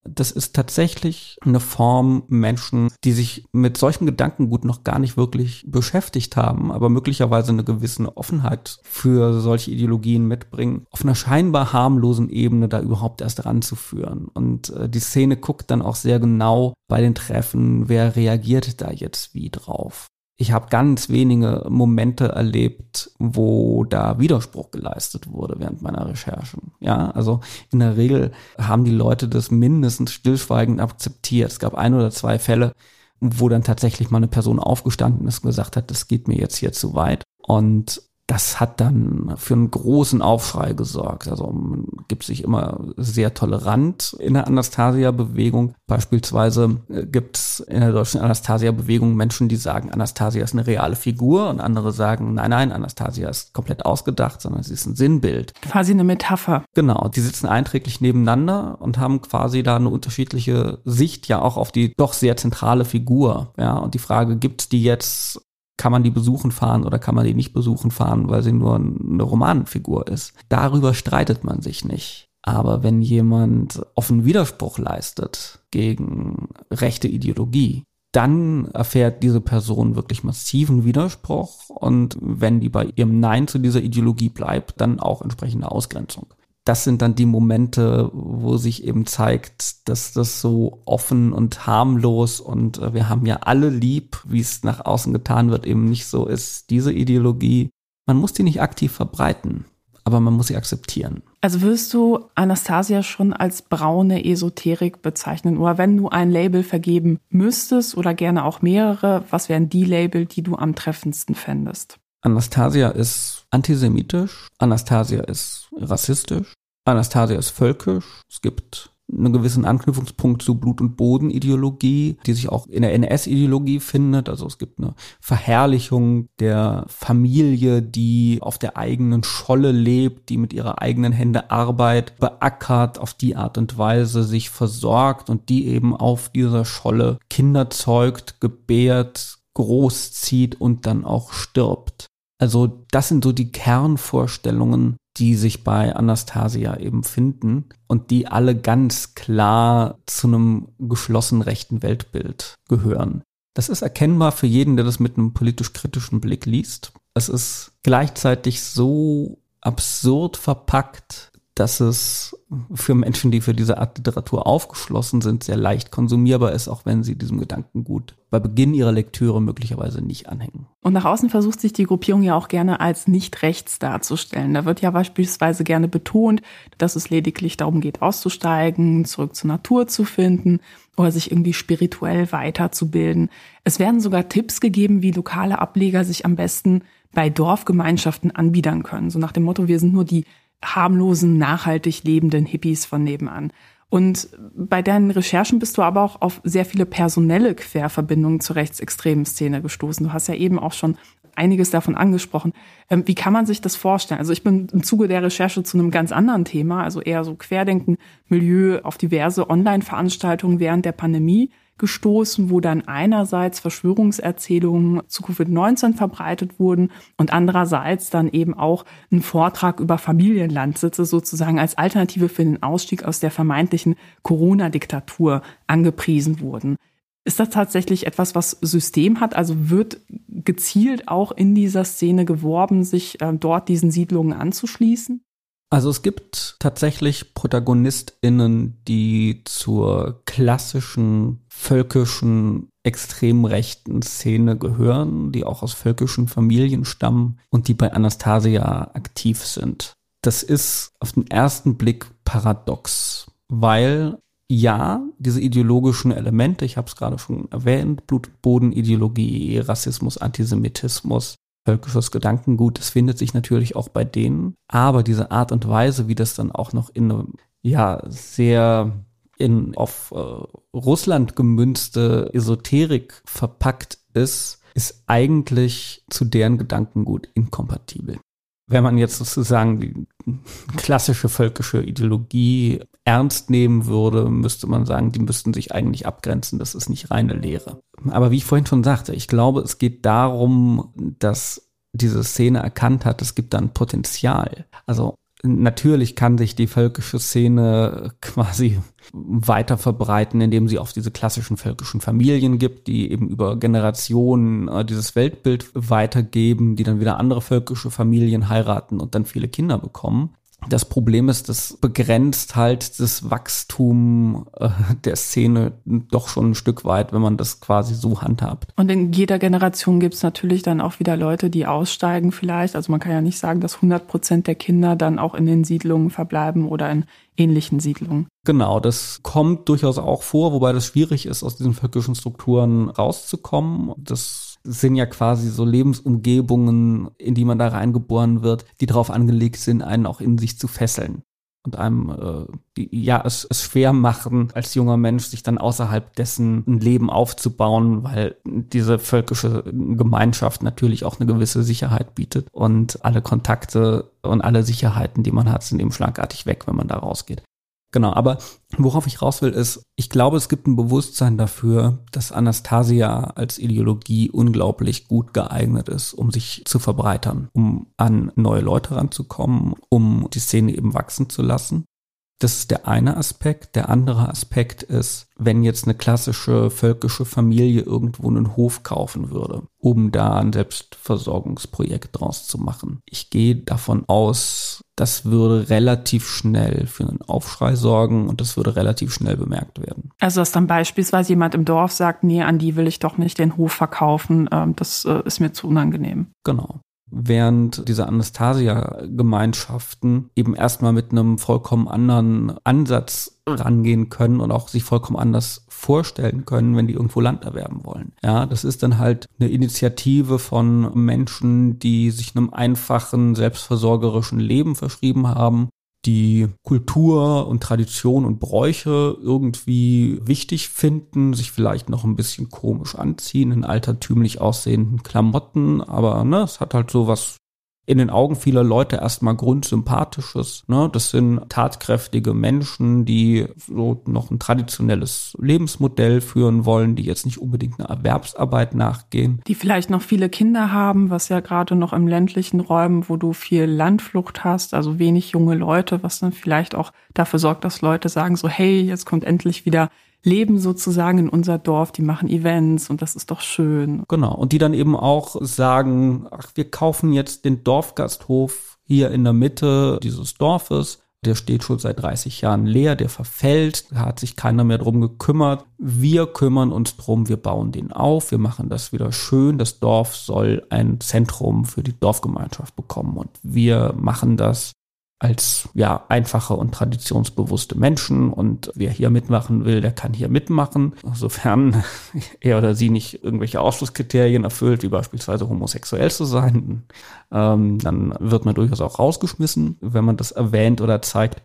Das ist tatsächlich eine Form Menschen, die sich mit solchem Gedankengut noch gar nicht wirklich beschäftigt haben, aber möglicherweise eine gewisse Offenheit für solche Ideologien mitbringen, auf einer scheinbar harmlosen Ebene da überhaupt erst ranzuführen. Und die Szene guckt dann auch sehr genau bei den Treffen, wer reagiert da jetzt wie drauf. Ich habe ganz wenige Momente erlebt, wo da Widerspruch geleistet wurde während meiner Recherchen. Ja, also in der Regel haben die Leute das mindestens stillschweigend akzeptiert. Es gab 1 oder 2 Fälle, wo dann tatsächlich mal eine Person aufgestanden ist und gesagt hat, das geht mir jetzt hier zu weit. Und das hat dann für einen großen Aufschrei gesorgt. Also man gibt sich immer sehr tolerant in der Anastasia-Bewegung. Beispielsweise gibt es in der deutschen Anastasia-Bewegung Menschen, die sagen, Anastasia ist eine reale Figur, und andere sagen, nein, Anastasia ist komplett ausgedacht, sondern sie ist ein Sinnbild.
Quasi eine Metapher.
Genau, die sitzen einträglich nebeneinander und haben quasi da eine unterschiedliche Sicht ja auch auf die doch sehr zentrale Figur. Ja, und die Frage, gibt's die jetzt? Kann man die besuchen fahren oder kann man die nicht besuchen fahren, weil sie nur eine Romanfigur ist? Darüber streitet man sich nicht. Aber wenn jemand offen Widerspruch leistet gegen rechte Ideologie, dann erfährt diese Person wirklich massiven Widerspruch, und wenn die bei ihrem Nein zu dieser Ideologie bleibt, dann auch entsprechende Ausgrenzung. Das sind dann die Momente, wo sich eben zeigt, dass das so offen und harmlos und wir haben ja alle lieb, wie es nach außen getan wird, eben nicht so ist. Diese Ideologie, man muss die nicht aktiv verbreiten, aber man muss sie akzeptieren.
Also würdest du Anastasia schon als braune Esoterik bezeichnen? Oder wenn du ein Label vergeben müsstest oder gerne auch mehrere, was wären die Label, die du am treffendsten fändest?
Anastasia ist antisemitisch, Anastasia ist rassistisch, Anastasia ist völkisch. Es gibt einen gewissen Anknüpfungspunkt zu Blut- und Bodenideologie, die sich auch in der NS-Ideologie findet. Also es gibt eine Verherrlichung der Familie, die auf der eigenen Scholle lebt, die mit ihrer eigenen Hände Arbeit beackert, auf die Art und Weise sich versorgt und die eben auf dieser Scholle Kinder zeugt, gebärt, großzieht und dann auch stirbt. Also das sind so die Kernvorstellungen, die sich bei Anastasia eben finden und die alle ganz klar zu einem geschlossen rechten Weltbild gehören. Das ist erkennbar für jeden, der das mit einem politisch-kritischen Blick liest. Es ist gleichzeitig so absurd verpackt, dass es für Menschen, die für diese Art Literatur aufgeschlossen sind, sehr leicht konsumierbar ist, auch wenn sie diesem Gedankengut bei Beginn ihrer Lektüre möglicherweise nicht anhängen.
Und nach außen versucht sich die Gruppierung ja auch gerne als nicht rechts darzustellen. Da wird ja beispielsweise gerne betont, dass es lediglich darum geht, auszusteigen, zurück zur Natur zu finden oder sich irgendwie spirituell weiterzubilden. Es werden sogar Tipps gegeben, wie lokale Ableger sich am besten bei Dorfgemeinschaften anbiedern können. So nach dem Motto, wir sind nur die harmlosen, nachhaltig lebenden Hippies von nebenan. Und bei deinen Recherchen bist du aber auch auf sehr viele personelle Querverbindungen zur rechtsextremen Szene gestoßen. Du hast ja eben auch schon einiges davon angesprochen. Wie kann man sich das vorstellen? Also ich bin im Zuge der Recherche zu einem ganz anderen Thema, also eher so Querdenken-Milieu, auf diverse Online-Veranstaltungen während der Pandemie gestoßen, wo dann einerseits Verschwörungserzählungen zu Covid-19 verbreitet wurden und andererseits dann eben auch ein Vortrag über Familienlandsitze sozusagen als Alternative für den Ausstieg aus der vermeintlichen Corona-Diktatur angepriesen wurden. Ist das tatsächlich etwas, was System hat? Also wird gezielt auch in dieser Szene geworben, sich dort diesen Siedlungen anzuschließen?
Also es gibt tatsächlich ProtagonistInnen, die zur klassischen völkischen extrem rechten Szene gehören, die auch aus völkischen Familien stammen und die bei Anastasia aktiv sind. Das ist auf den ersten Blick paradox, weil ja, diese ideologischen Elemente, ich habe es gerade schon erwähnt, Blut-Boden-Ideologie, Rassismus, Antisemitismus, völkisches Gedankengut, das findet sich natürlich auch bei denen. Aber diese Art und Weise, wie das dann auch noch in eine, ja, sehr auf Russland gemünzte Esoterik verpackt ist eigentlich zu deren Gedankengut inkompatibel. Wenn man jetzt sozusagen die klassische völkische Ideologie ernst nehmen würde, müsste man sagen, die müssten sich eigentlich abgrenzen. Das ist nicht reine Lehre. Aber wie ich vorhin schon sagte, ich glaube, es geht darum, dass diese Szene erkannt hat, es gibt da ein Potenzial. Also Natürlich kann sich die völkische Szene quasi weiter verbreiten, indem sie auf diese klassischen völkischen Familien gibt, die eben über Generationen dieses Weltbild weitergeben, die dann wieder andere völkische Familien heiraten und dann viele Kinder bekommen. Das Problem ist, das begrenzt halt das Wachstum der Szene doch schon ein Stück weit, wenn man das quasi so handhabt.
Und in jeder Generation gibt es natürlich dann auch wieder Leute, die aussteigen vielleicht. Also man kann ja nicht sagen, dass 100% der Kinder dann auch in den Siedlungen verbleiben oder in ähnlichen Siedlungen.
Genau, das kommt durchaus auch vor, wobei das schwierig ist, aus diesen völkischen Strukturen rauszukommen. Das sind ja quasi so Lebensumgebungen, in die man da reingeboren wird, die darauf angelegt sind, einen auch in sich zu fesseln und einem es schwer machen, als junger Mensch sich dann außerhalb dessen ein Leben aufzubauen, weil diese völkische Gemeinschaft natürlich auch eine gewisse Sicherheit bietet und alle Kontakte und alle Sicherheiten, die man hat, sind eben schlagartig weg, wenn man da rausgeht. Genau, aber worauf ich raus will, ist, ich glaube, es gibt ein Bewusstsein dafür, dass Anastasia als Ideologie unglaublich gut geeignet ist, um sich zu verbreitern, um an neue Leute ranzukommen, um die Szene eben wachsen zu lassen. Das ist der eine Aspekt. Der andere Aspekt ist, wenn jetzt eine klassische völkische Familie irgendwo einen Hof kaufen würde, um da ein Selbstversorgungsprojekt draus zu machen. Ich gehe davon aus, das würde relativ schnell für einen Aufschrei sorgen und das würde relativ schnell bemerkt werden.
Also dass dann beispielsweise jemand im Dorf sagt, nee, an die will ich doch nicht den Hof verkaufen, das ist mir zu unangenehm.
Genau. Während diese Anastasia-Gemeinschaften eben erstmal mit einem vollkommen anderen Ansatz rangehen können und auch sich vollkommen anders vorstellen können, wenn die irgendwo Land erwerben wollen. Ja, das ist dann halt eine Initiative von Menschen, die sich einem einfachen, selbstversorgerischen Leben verschrieben haben, die Kultur und Tradition und Bräuche irgendwie wichtig finden, sich vielleicht noch ein bisschen komisch anziehen, in altertümlich aussehenden Klamotten, aber es hat halt so was in den Augen vieler Leute erstmal Grundsympathisches. Das sind tatkräftige Menschen, die so noch ein traditionelles Lebensmodell führen wollen, die jetzt nicht unbedingt einer Erwerbsarbeit nachgehen.
Die vielleicht noch viele Kinder haben, was ja gerade noch im ländlichen Räumen, wo du viel Landflucht hast, also wenig junge Leute, was dann vielleicht auch dafür sorgt, dass Leute sagen so, hey, jetzt kommt endlich wieder Leben sozusagen in unser Dorf, die machen Events und das ist doch schön.
Genau, und die dann eben auch sagen, ach, wir kaufen jetzt den Dorfgasthof hier in der Mitte dieses Dorfes. Der steht schon seit 30 Jahren leer, der verfällt, da hat sich keiner mehr drum gekümmert. Wir kümmern uns drum, wir bauen den auf, wir machen das wieder schön. Das Dorf soll ein Zentrum für die Dorfgemeinschaft bekommen und wir machen das als einfache und traditionsbewusste Menschen und wer hier mitmachen will, der kann hier mitmachen, sofern er oder sie nicht irgendwelche Ausschlusskriterien erfüllt, wie beispielsweise homosexuell zu sein, dann wird man durchaus auch rausgeschmissen, wenn man das erwähnt oder zeigt.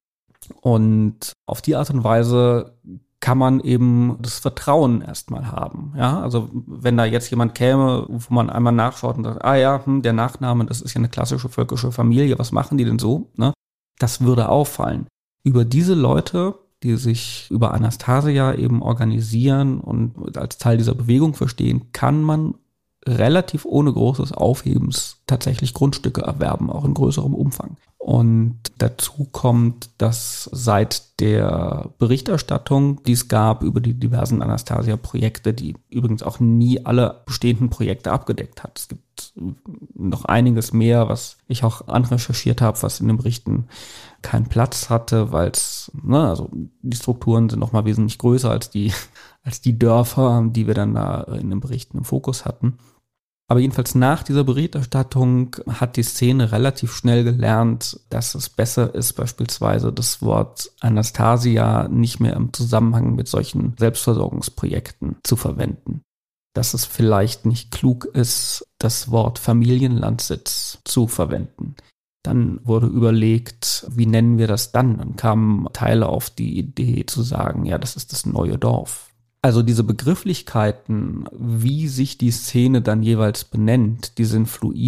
Und auf die Art und Weise kann man eben das Vertrauen erstmal haben. Ja, also wenn da jetzt jemand käme, wo man einmal nachschaut und sagt, der Nachname, das ist ja eine klassische völkische Familie, was machen die denn so? Das würde auffallen. Über diese Leute, die sich über Anastasia eben organisieren und als Teil dieser Bewegung verstehen, kann man relativ ohne großes Aufhebens tatsächlich Grundstücke erwerben, auch in größerem Umfang. Und dazu kommt, dass seit der Berichterstattung, die es gab über die diversen Anastasia-Projekte, die übrigens auch nie alle bestehenden Projekte abgedeckt hat. Es gibt noch einiges mehr, was ich auch anrecherchiert habe, was in den Berichten keinen Platz hatte, weil es, also die Strukturen sind noch mal wesentlich größer als die Dörfer, die wir dann da in den Berichten im Fokus hatten. Aber jedenfalls nach dieser Berichterstattung hat die Szene relativ schnell gelernt, dass es besser ist, beispielsweise das Wort Anastasia nicht mehr im Zusammenhang mit solchen Selbstversorgungsprojekten zu verwenden. Dass es vielleicht nicht klug ist, das Wort Familienlandsitz zu verwenden. Dann wurde überlegt, wie nennen wir das dann? Dann kamen Teile auf die Idee zu sagen, ja, das ist das neue Dorf. Also diese Begrifflichkeiten, wie sich die Szene dann jeweils benennt, die sind fluide.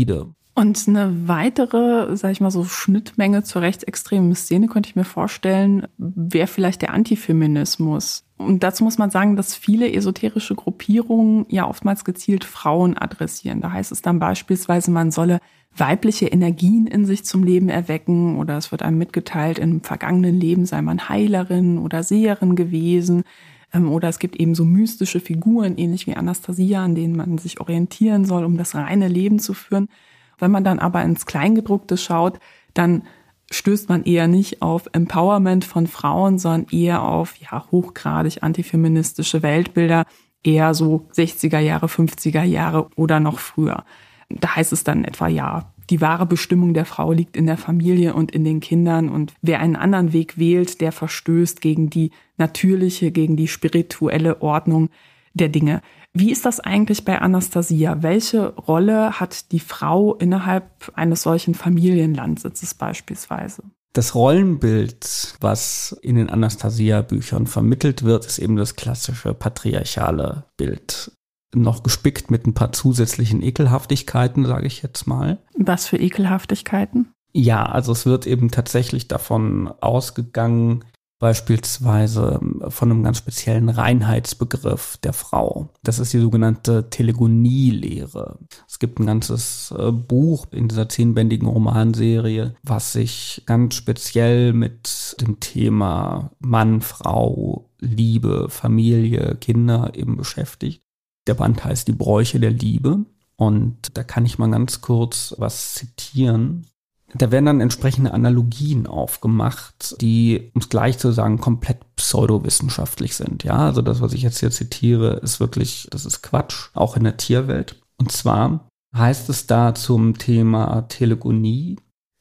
Und eine weitere, sag ich mal so, Schnittmenge zur rechtsextremen Szene könnte ich mir vorstellen, wäre vielleicht der Antifeminismus. Und dazu muss man sagen, dass viele esoterische Gruppierungen ja oftmals gezielt Frauen adressieren. Da heißt es dann beispielsweise, man solle weibliche Energien in sich zum Leben erwecken, oder es wird einem mitgeteilt, im vergangenen Leben sei man Heilerin oder Seherin gewesen. Oder es gibt eben so mystische Figuren, ähnlich wie Anastasia, an denen man sich orientieren soll, um das reine Leben zu führen. Wenn man dann aber ins Kleingedruckte schaut, dann stößt man eher nicht auf Empowerment von Frauen, sondern eher auf hochgradig antifeministische Weltbilder, eher so 60er Jahre, 50er Jahre oder noch früher. Da heißt es dann etwa, die wahre Bestimmung der Frau liegt in der Familie und in den Kindern, und wer einen anderen Weg wählt, der verstößt gegen die natürliche, gegen die spirituelle Ordnung der Dinge. Wie ist das eigentlich bei Anastasia? Welche Rolle hat die Frau innerhalb eines solchen Familienlandsitzes beispielsweise?
Das Rollenbild, was in den Anastasia-Büchern vermittelt wird, ist eben das klassische patriarchale Bild. Noch gespickt mit ein paar zusätzlichen Ekelhaftigkeiten, sage ich jetzt mal.
Was für Ekelhaftigkeiten?
Ja, also es wird eben tatsächlich davon ausgegangen, beispielsweise von einem ganz speziellen Reinheitsbegriff der Frau. Das ist die sogenannte Telegonie-Lehre. Es gibt ein ganzes Buch in dieser 10-bändigen Romanserie, was sich ganz speziell mit dem Thema Mann, Frau, Liebe, Familie, Kinder eben beschäftigt. Der Band heißt Die Bräuche der Liebe, und da kann ich mal ganz kurz was zitieren. Da werden dann entsprechende Analogien aufgemacht, die, um es gleich zu sagen, komplett pseudowissenschaftlich sind. Ja, also das, was ich jetzt hier zitiere, ist wirklich, das ist Quatsch, auch in der Tierwelt. Und zwar heißt es da zum Thema Telegonie: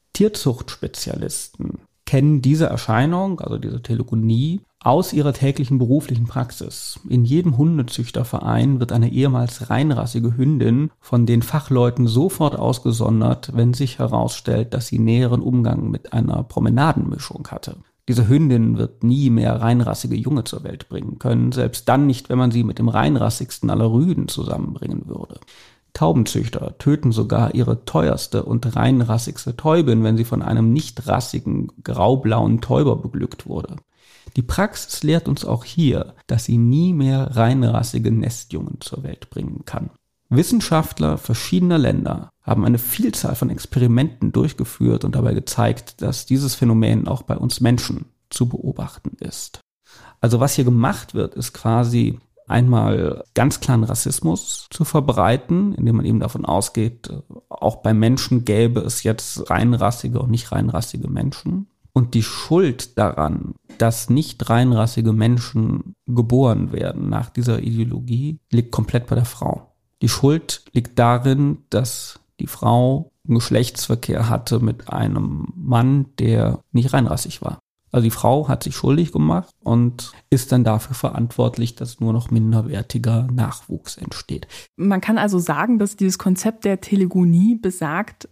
Tierzuchtspezialisten kennen diese Erscheinung, also diese Telegonie, aus ihrer täglichen beruflichen Praxis. In jedem Hundezüchterverein wird eine ehemals reinrassige Hündin von den Fachleuten sofort ausgesondert, wenn sich herausstellt, dass sie näheren Umgang mit einer Promenadenmischung hatte. Diese Hündin wird nie mehr reinrassige Junge zur Welt bringen können, selbst dann nicht, wenn man sie mit dem reinrassigsten aller Rüden zusammenbringen würde. Taubenzüchter töten sogar ihre teuerste und reinrassigste Täubin, wenn sie von einem nicht rassigen, graublauen Täuber beglückt wurde. Die Praxis lehrt uns auch hier, dass sie nie mehr reinrassige Nestjungen zur Welt bringen kann. Wissenschaftler verschiedener Länder haben eine Vielzahl von Experimenten durchgeführt und dabei gezeigt, dass dieses Phänomen auch bei uns Menschen zu beobachten ist. Also was hier gemacht wird, ist quasi einmal ganz klaren Rassismus zu verbreiten, indem man eben davon ausgeht, auch bei Menschen gäbe es jetzt reinrassige und nicht reinrassige Menschen. Und die Schuld daran, dass nicht reinrassige Menschen geboren werden nach dieser Ideologie, liegt komplett bei der Frau. Die Schuld liegt darin, dass die Frau einen Geschlechtsverkehr hatte mit einem Mann, der nicht reinrassig war. Also die Frau hat sich schuldig gemacht und ist dann dafür verantwortlich, dass nur noch minderwertiger Nachwuchs entsteht.
Man kann also sagen, dass dieses Konzept der Telegonie besagt,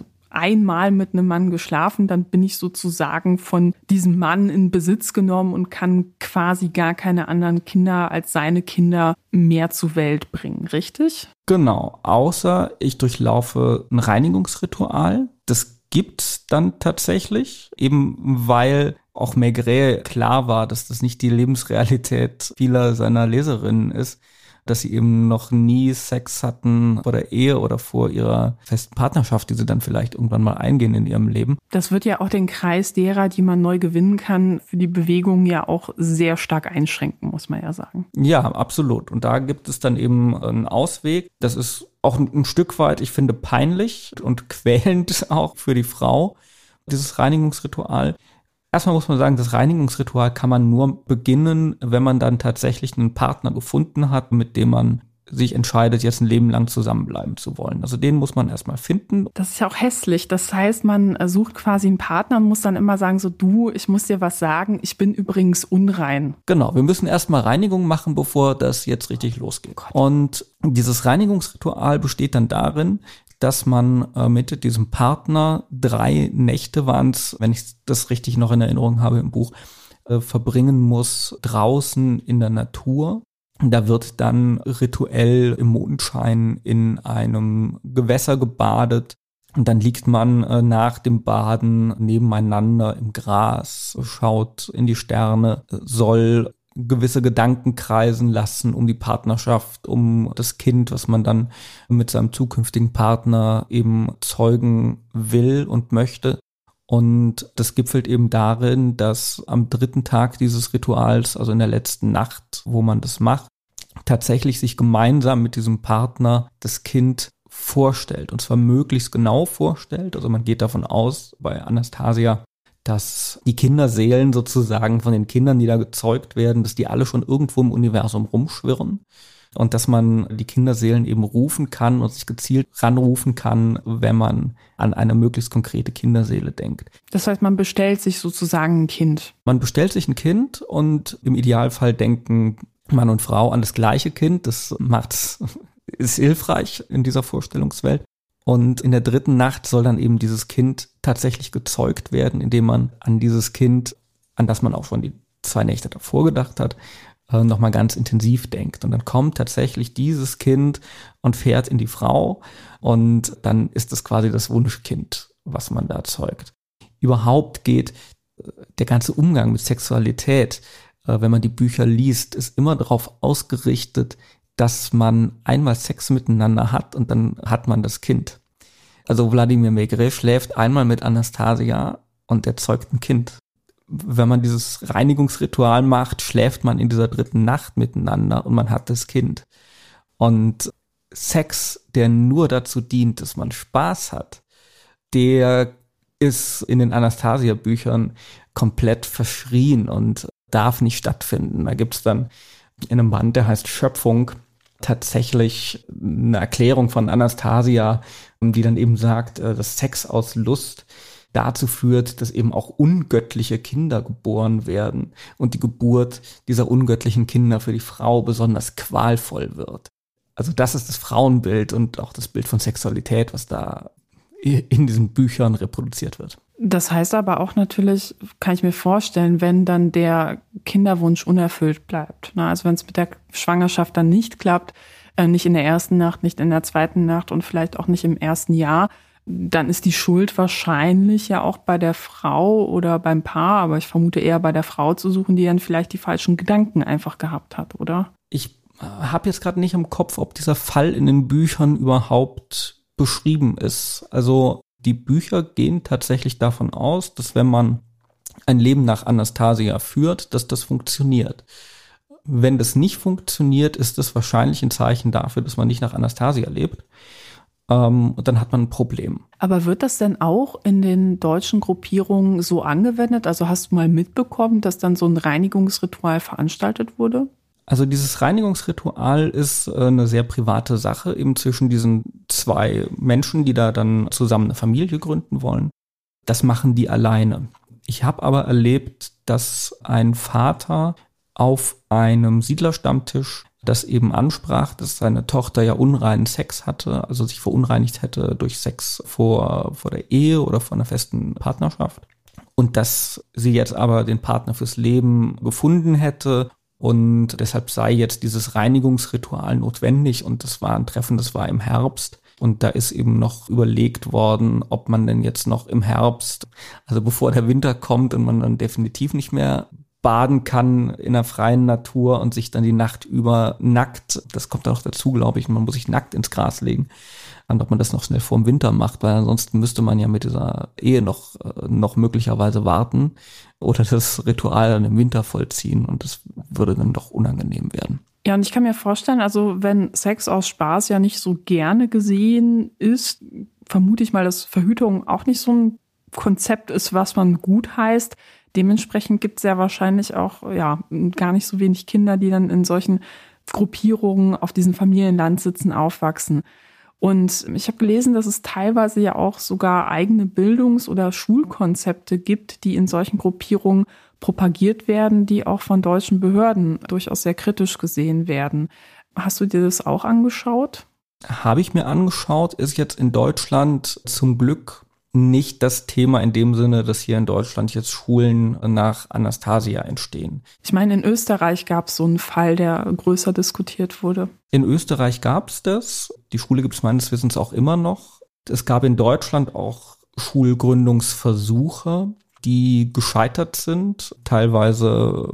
einmal mit einem Mann geschlafen, dann bin ich sozusagen von diesem Mann in Besitz genommen und kann quasi gar keine anderen Kinder als seine Kinder mehr zur Welt bringen, richtig?
Genau, außer ich durchlaufe ein Reinigungsritual. Das gibt's dann tatsächlich, eben weil auch Maigret klar war, dass das nicht die Lebensrealität vieler seiner Leserinnen ist, dass sie eben noch nie Sex hatten vor der Ehe oder vor ihrer festen Partnerschaft, die sie dann vielleicht irgendwann mal eingehen in ihrem Leben.
Das wird ja auch den Kreis derer, die man neu gewinnen kann, für die Bewegung ja auch sehr stark einschränken, muss man ja sagen.
Ja, absolut. Und da gibt es dann eben einen Ausweg. Das ist auch ein Stück weit, ich finde, peinlich und quälend auch für die Frau, dieses Reinigungsritual. Erstmal muss man sagen, das Reinigungsritual kann man nur beginnen, wenn man dann tatsächlich einen Partner gefunden hat, mit dem man sich entscheidet, jetzt ein Leben lang zusammenbleiben zu wollen. Also den muss man erstmal finden.
Das ist ja auch hässlich. Das heißt, man sucht quasi einen Partner und muss dann immer sagen, so du, ich muss dir was sagen, ich bin übrigens unrein.
Genau, wir müssen erstmal Reinigung machen, bevor das jetzt richtig losgeht. Und dieses Reinigungsritual besteht dann darin, dass man mit diesem Partner 3 Nächte waren es, wenn ich das richtig noch in Erinnerung habe im Buch, verbringen muss draußen in der Natur. Da wird dann rituell im Mondschein in einem Gewässer gebadet. Und dann liegt man nach dem Baden nebeneinander im Gras, schaut in die Sterne, soll gewisse Gedanken kreisen lassen um die Partnerschaft, um das Kind, was man dann mit seinem zukünftigen Partner eben zeugen will und möchte. Und das gipfelt eben darin, dass am 3. Tag dieses Rituals, also in der letzten Nacht, wo man das macht, tatsächlich sich gemeinsam mit diesem Partner das Kind vorstellt, und zwar möglichst genau vorstellt. Also man geht davon aus, bei Anastasia, dass die Kinderseelen sozusagen von den Kindern, die da gezeugt werden, dass die alle schon irgendwo im Universum rumschwirren und dass man die Kinderseelen eben rufen kann und sich gezielt ranrufen kann, wenn man an eine möglichst konkrete Kinderseele denkt.
Das heißt, man bestellt sich sozusagen ein Kind.
Man bestellt sich ein Kind und im Idealfall denken Mann und Frau an das gleiche Kind. Das ist hilfreich in dieser Vorstellungswelt. Und in der 3. Nacht soll dann eben dieses Kind tatsächlich gezeugt werden, indem man an dieses Kind, an das man auch schon die 2 Nächte davor gedacht hat, nochmal ganz intensiv denkt. Und dann kommt tatsächlich dieses Kind und fährt in die Frau und dann ist es quasi das Wunschkind, was man da zeugt. Überhaupt geht der ganze Umgang mit Sexualität, wenn man die Bücher liest, ist immer darauf ausgerichtet, dass man einmal Sex miteinander hat und dann hat man das Kind. Also Wladimir Maigret schläft einmal mit Anastasia und er zeugt ein Kind. Wenn man dieses Reinigungsritual macht, schläft man in dieser 3. Nacht miteinander und man hat das Kind. Und Sex, der nur dazu dient, dass man Spaß hat, der ist in den Anastasia-Büchern komplett verschrien und darf nicht stattfinden. Da gibt's dann in einem Band, der heißt Schöpfung, tatsächlich eine Erklärung von Anastasia, die dann eben sagt, dass Sex aus Lust dazu führt, dass eben auch ungöttliche Kinder geboren werden und die Geburt dieser ungöttlichen Kinder für die Frau besonders qualvoll wird. Also das ist das Frauenbild und auch das Bild von Sexualität, was da in diesen Büchern reproduziert wird.
Das heißt aber auch natürlich, kann ich mir vorstellen, wenn dann der Kinderwunsch unerfüllt bleibt. Also wenn es mit der Schwangerschaft dann nicht klappt, nicht in der 1. Nacht, nicht in der 2. Nacht und vielleicht auch nicht im 1. Jahr, dann ist die Schuld wahrscheinlich ja auch bei der Frau oder beim Paar, aber ich vermute eher bei der Frau zu suchen, die dann vielleicht die falschen Gedanken einfach gehabt hat, oder?
Ich habe jetzt gerade nicht im Kopf, ob dieser Fall in den Büchern überhaupt beschrieben ist. Also die Bücher gehen tatsächlich davon aus, dass wenn man ein Leben nach Anastasia führt, dass das funktioniert. Wenn das nicht funktioniert, ist das wahrscheinlich ein Zeichen dafür, dass man nicht nach Anastasia lebt. Und dann hat man ein Problem.
Aber wird das denn auch in den deutschen Gruppierungen so angewendet? Also hast du mal mitbekommen, dass dann so ein Reinigungsritual veranstaltet wurde?
Also dieses Reinigungsritual ist eine sehr private Sache, eben zwischen diesen 2 Menschen, die da dann zusammen eine Familie gründen wollen. Das machen die alleine. Ich habe aber erlebt, dass ein Vater auf einem Siedlerstammtisch das eben ansprach, dass seine Tochter ja unreinen Sex hatte, also sich verunreinigt hätte durch Sex vor der Ehe oder vor einer festen Partnerschaft. Und dass sie jetzt aber den Partner fürs Leben gefunden hätte. Und deshalb sei jetzt dieses Reinigungsritual notwendig. Und das war ein Treffen, das war im Herbst. Und da ist eben noch überlegt worden, ob man denn jetzt noch im Herbst, also bevor der Winter kommt und man dann definitiv nicht mehr baden kann in der freien Natur und sich dann die Nacht über nackt, das kommt auch dazu, glaube ich, man muss sich nackt ins Gras legen, und ob man das noch schnell vor dem Winter macht, weil ansonsten müsste man ja mit dieser Ehe noch möglicherweise warten oder das Ritual dann im Winter vollziehen und das würde dann doch unangenehm werden.
Ja, und ich kann mir vorstellen, also wenn Sex aus Spaß ja nicht so gerne gesehen ist, vermute ich mal, dass Verhütung auch nicht so ein Konzept ist, was man gut heißt. Dementsprechend gibt es ja wahrscheinlich auch gar nicht so wenig Kinder, die dann in solchen Gruppierungen auf diesen Familienlandsitzen aufwachsen. Und ich habe gelesen, dass es teilweise ja auch sogar eigene Bildungs- oder Schulkonzepte gibt, die in solchen Gruppierungen propagiert werden, die auch von deutschen Behörden durchaus sehr kritisch gesehen werden. Hast du dir das auch angeschaut?
Habe ich mir angeschaut, ist jetzt in Deutschland zum Glück nicht das Thema in dem Sinne, dass hier in Deutschland jetzt Schulen nach Anastasia entstehen.
Ich meine, in Österreich gab es so einen Fall, der größer diskutiert wurde.
In Österreich gab es das. Die Schule gibt es meines Wissens auch immer noch. Es gab in Deutschland auch Schulgründungsversuche, die gescheitert sind. Teilweise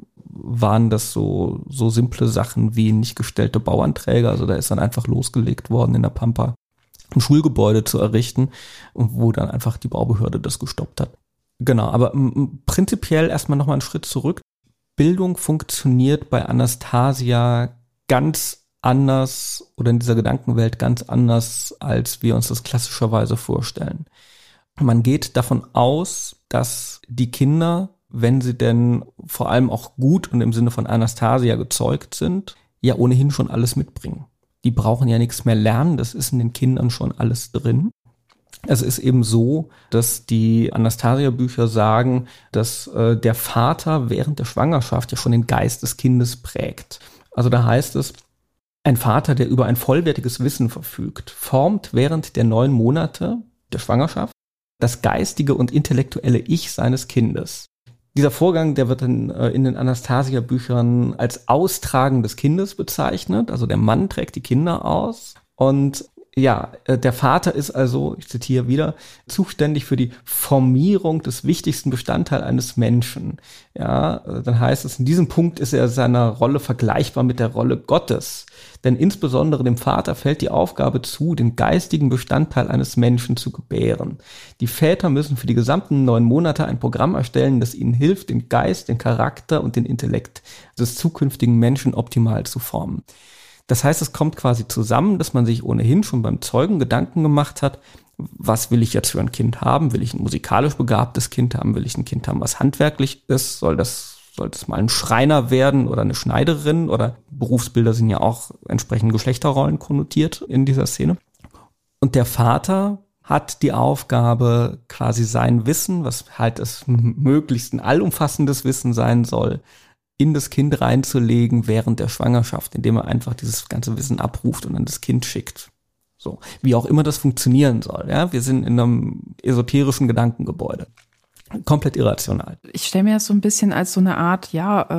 waren das so simple Sachen wie nicht gestellte Bauanträge. Also da ist dann einfach losgelegt worden in der Pampa, ein Schulgebäude zu errichten, wo dann einfach die Baubehörde das gestoppt hat. Genau, aber prinzipiell erstmal nochmal einen Schritt zurück. Bildung funktioniert bei Anastasia ganz anders oder in dieser Gedankenwelt ganz anders, als wir uns das klassischerweise vorstellen. Man geht davon aus, dass die Kinder, wenn sie denn vor allem auch gut und im Sinne von Anastasia gezeugt sind, ja ohnehin schon alles mitbringen. Die brauchen ja nichts mehr lernen, das ist in den Kindern schon alles drin. Es ist eben so, dass die Anastasia-Bücher sagen, dass der Vater während der Schwangerschaft ja schon den Geist des Kindes prägt. Also da heißt es, ein Vater, der über ein vollwertiges Wissen verfügt, formt während der 9 Monate der Schwangerschaft das geistige und intellektuelle Ich seines Kindes. Dieser Vorgang, der wird in den Anastasia-Büchern als Austragen des Kindes bezeichnet. Also der Mann trägt die Kinder aus und ja, der Vater ist also, ich zitiere wieder, zuständig für die Formierung des wichtigsten Bestandteils eines Menschen. Ja, dann heißt es, in diesem Punkt ist er seiner Rolle vergleichbar mit der Rolle Gottes. Denn insbesondere dem Vater fällt die Aufgabe zu, den geistigen Bestandteil eines Menschen zu gebären. Die Väter müssen für die gesamten 9 Monate ein Programm erstellen, das ihnen hilft, den Geist, den Charakter und den Intellekt des zukünftigen Menschen optimal zu formen. Das heißt, es kommt quasi zusammen, dass man sich ohnehin schon beim Zeugen Gedanken gemacht hat, was will ich jetzt für ein Kind haben? Will ich ein musikalisch begabtes Kind haben? Will ich ein Kind haben, was handwerklich ist? Soll das mal ein Schreiner werden oder eine Schneiderin? Oder Berufsbilder sind ja auch entsprechend Geschlechterrollen konnotiert in dieser Szene. Und der Vater hat die Aufgabe, quasi sein Wissen, was halt das möglichst ein allumfassendes Wissen sein soll, in das Kind reinzulegen während der Schwangerschaft, indem er einfach dieses ganze Wissen abruft und an das Kind schickt. So, wie auch immer das funktionieren soll. Ja, wir sind in einem esoterischen Gedankengebäude. Komplett irrational.
Ich stelle mir das so ein bisschen als so eine Art,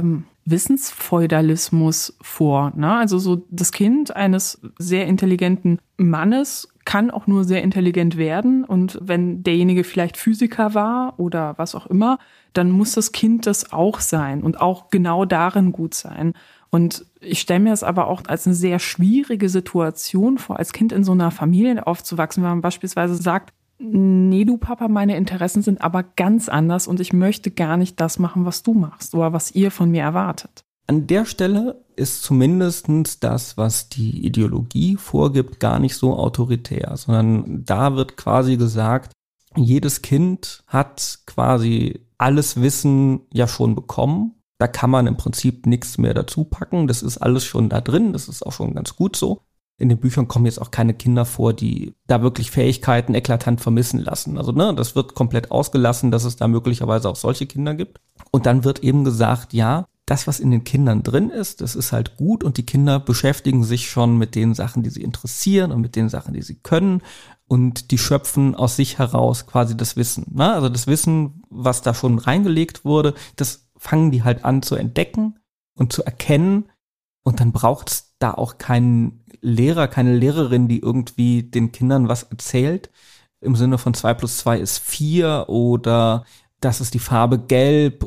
Wissensfeudalismus vor. Ne? Also so das Kind eines sehr intelligenten Mannes kann auch nur sehr intelligent werden. Und wenn derjenige vielleicht Physiker war oder was auch immer, dann muss das Kind das auch sein und auch genau darin gut sein. Und ich stelle mir das aber auch als eine sehr schwierige Situation vor, als Kind in so einer Familie aufzuwachsen, wenn man beispielsweise sagt, nee, du Papa, meine Interessen sind aber ganz anders und ich möchte gar nicht das machen, was du machst oder was ihr von mir erwartet.
An der Stelle ist zumindest das, was die Ideologie vorgibt, gar nicht so autoritär, sondern da wird quasi gesagt, jedes Kind hat quasi alles Wissen ja schon bekommen. Da kann man im Prinzip nichts mehr dazu packen. Das ist alles schon da drin. Das ist auch schon ganz gut so. In den Büchern kommen jetzt auch keine Kinder vor, die da wirklich Fähigkeiten eklatant vermissen lassen. Also das wird komplett ausgelassen, dass es da möglicherweise auch solche Kinder gibt. Und dann wird eben gesagt, ja, das, was in den Kindern drin ist, das ist halt gut und die Kinder beschäftigen sich schon mit den Sachen, die sie interessieren und mit den Sachen, die sie können und die schöpfen aus sich heraus quasi das Wissen. Ne? Also das Wissen, was da schon reingelegt wurde, das fangen die halt an zu entdecken und zu erkennen und dann braucht es da auch keinen Lehrer, keine Lehrerin, die irgendwie den Kindern was erzählt, im Sinne von 2 + 2 ist 4 oder das ist die Farbe Gelb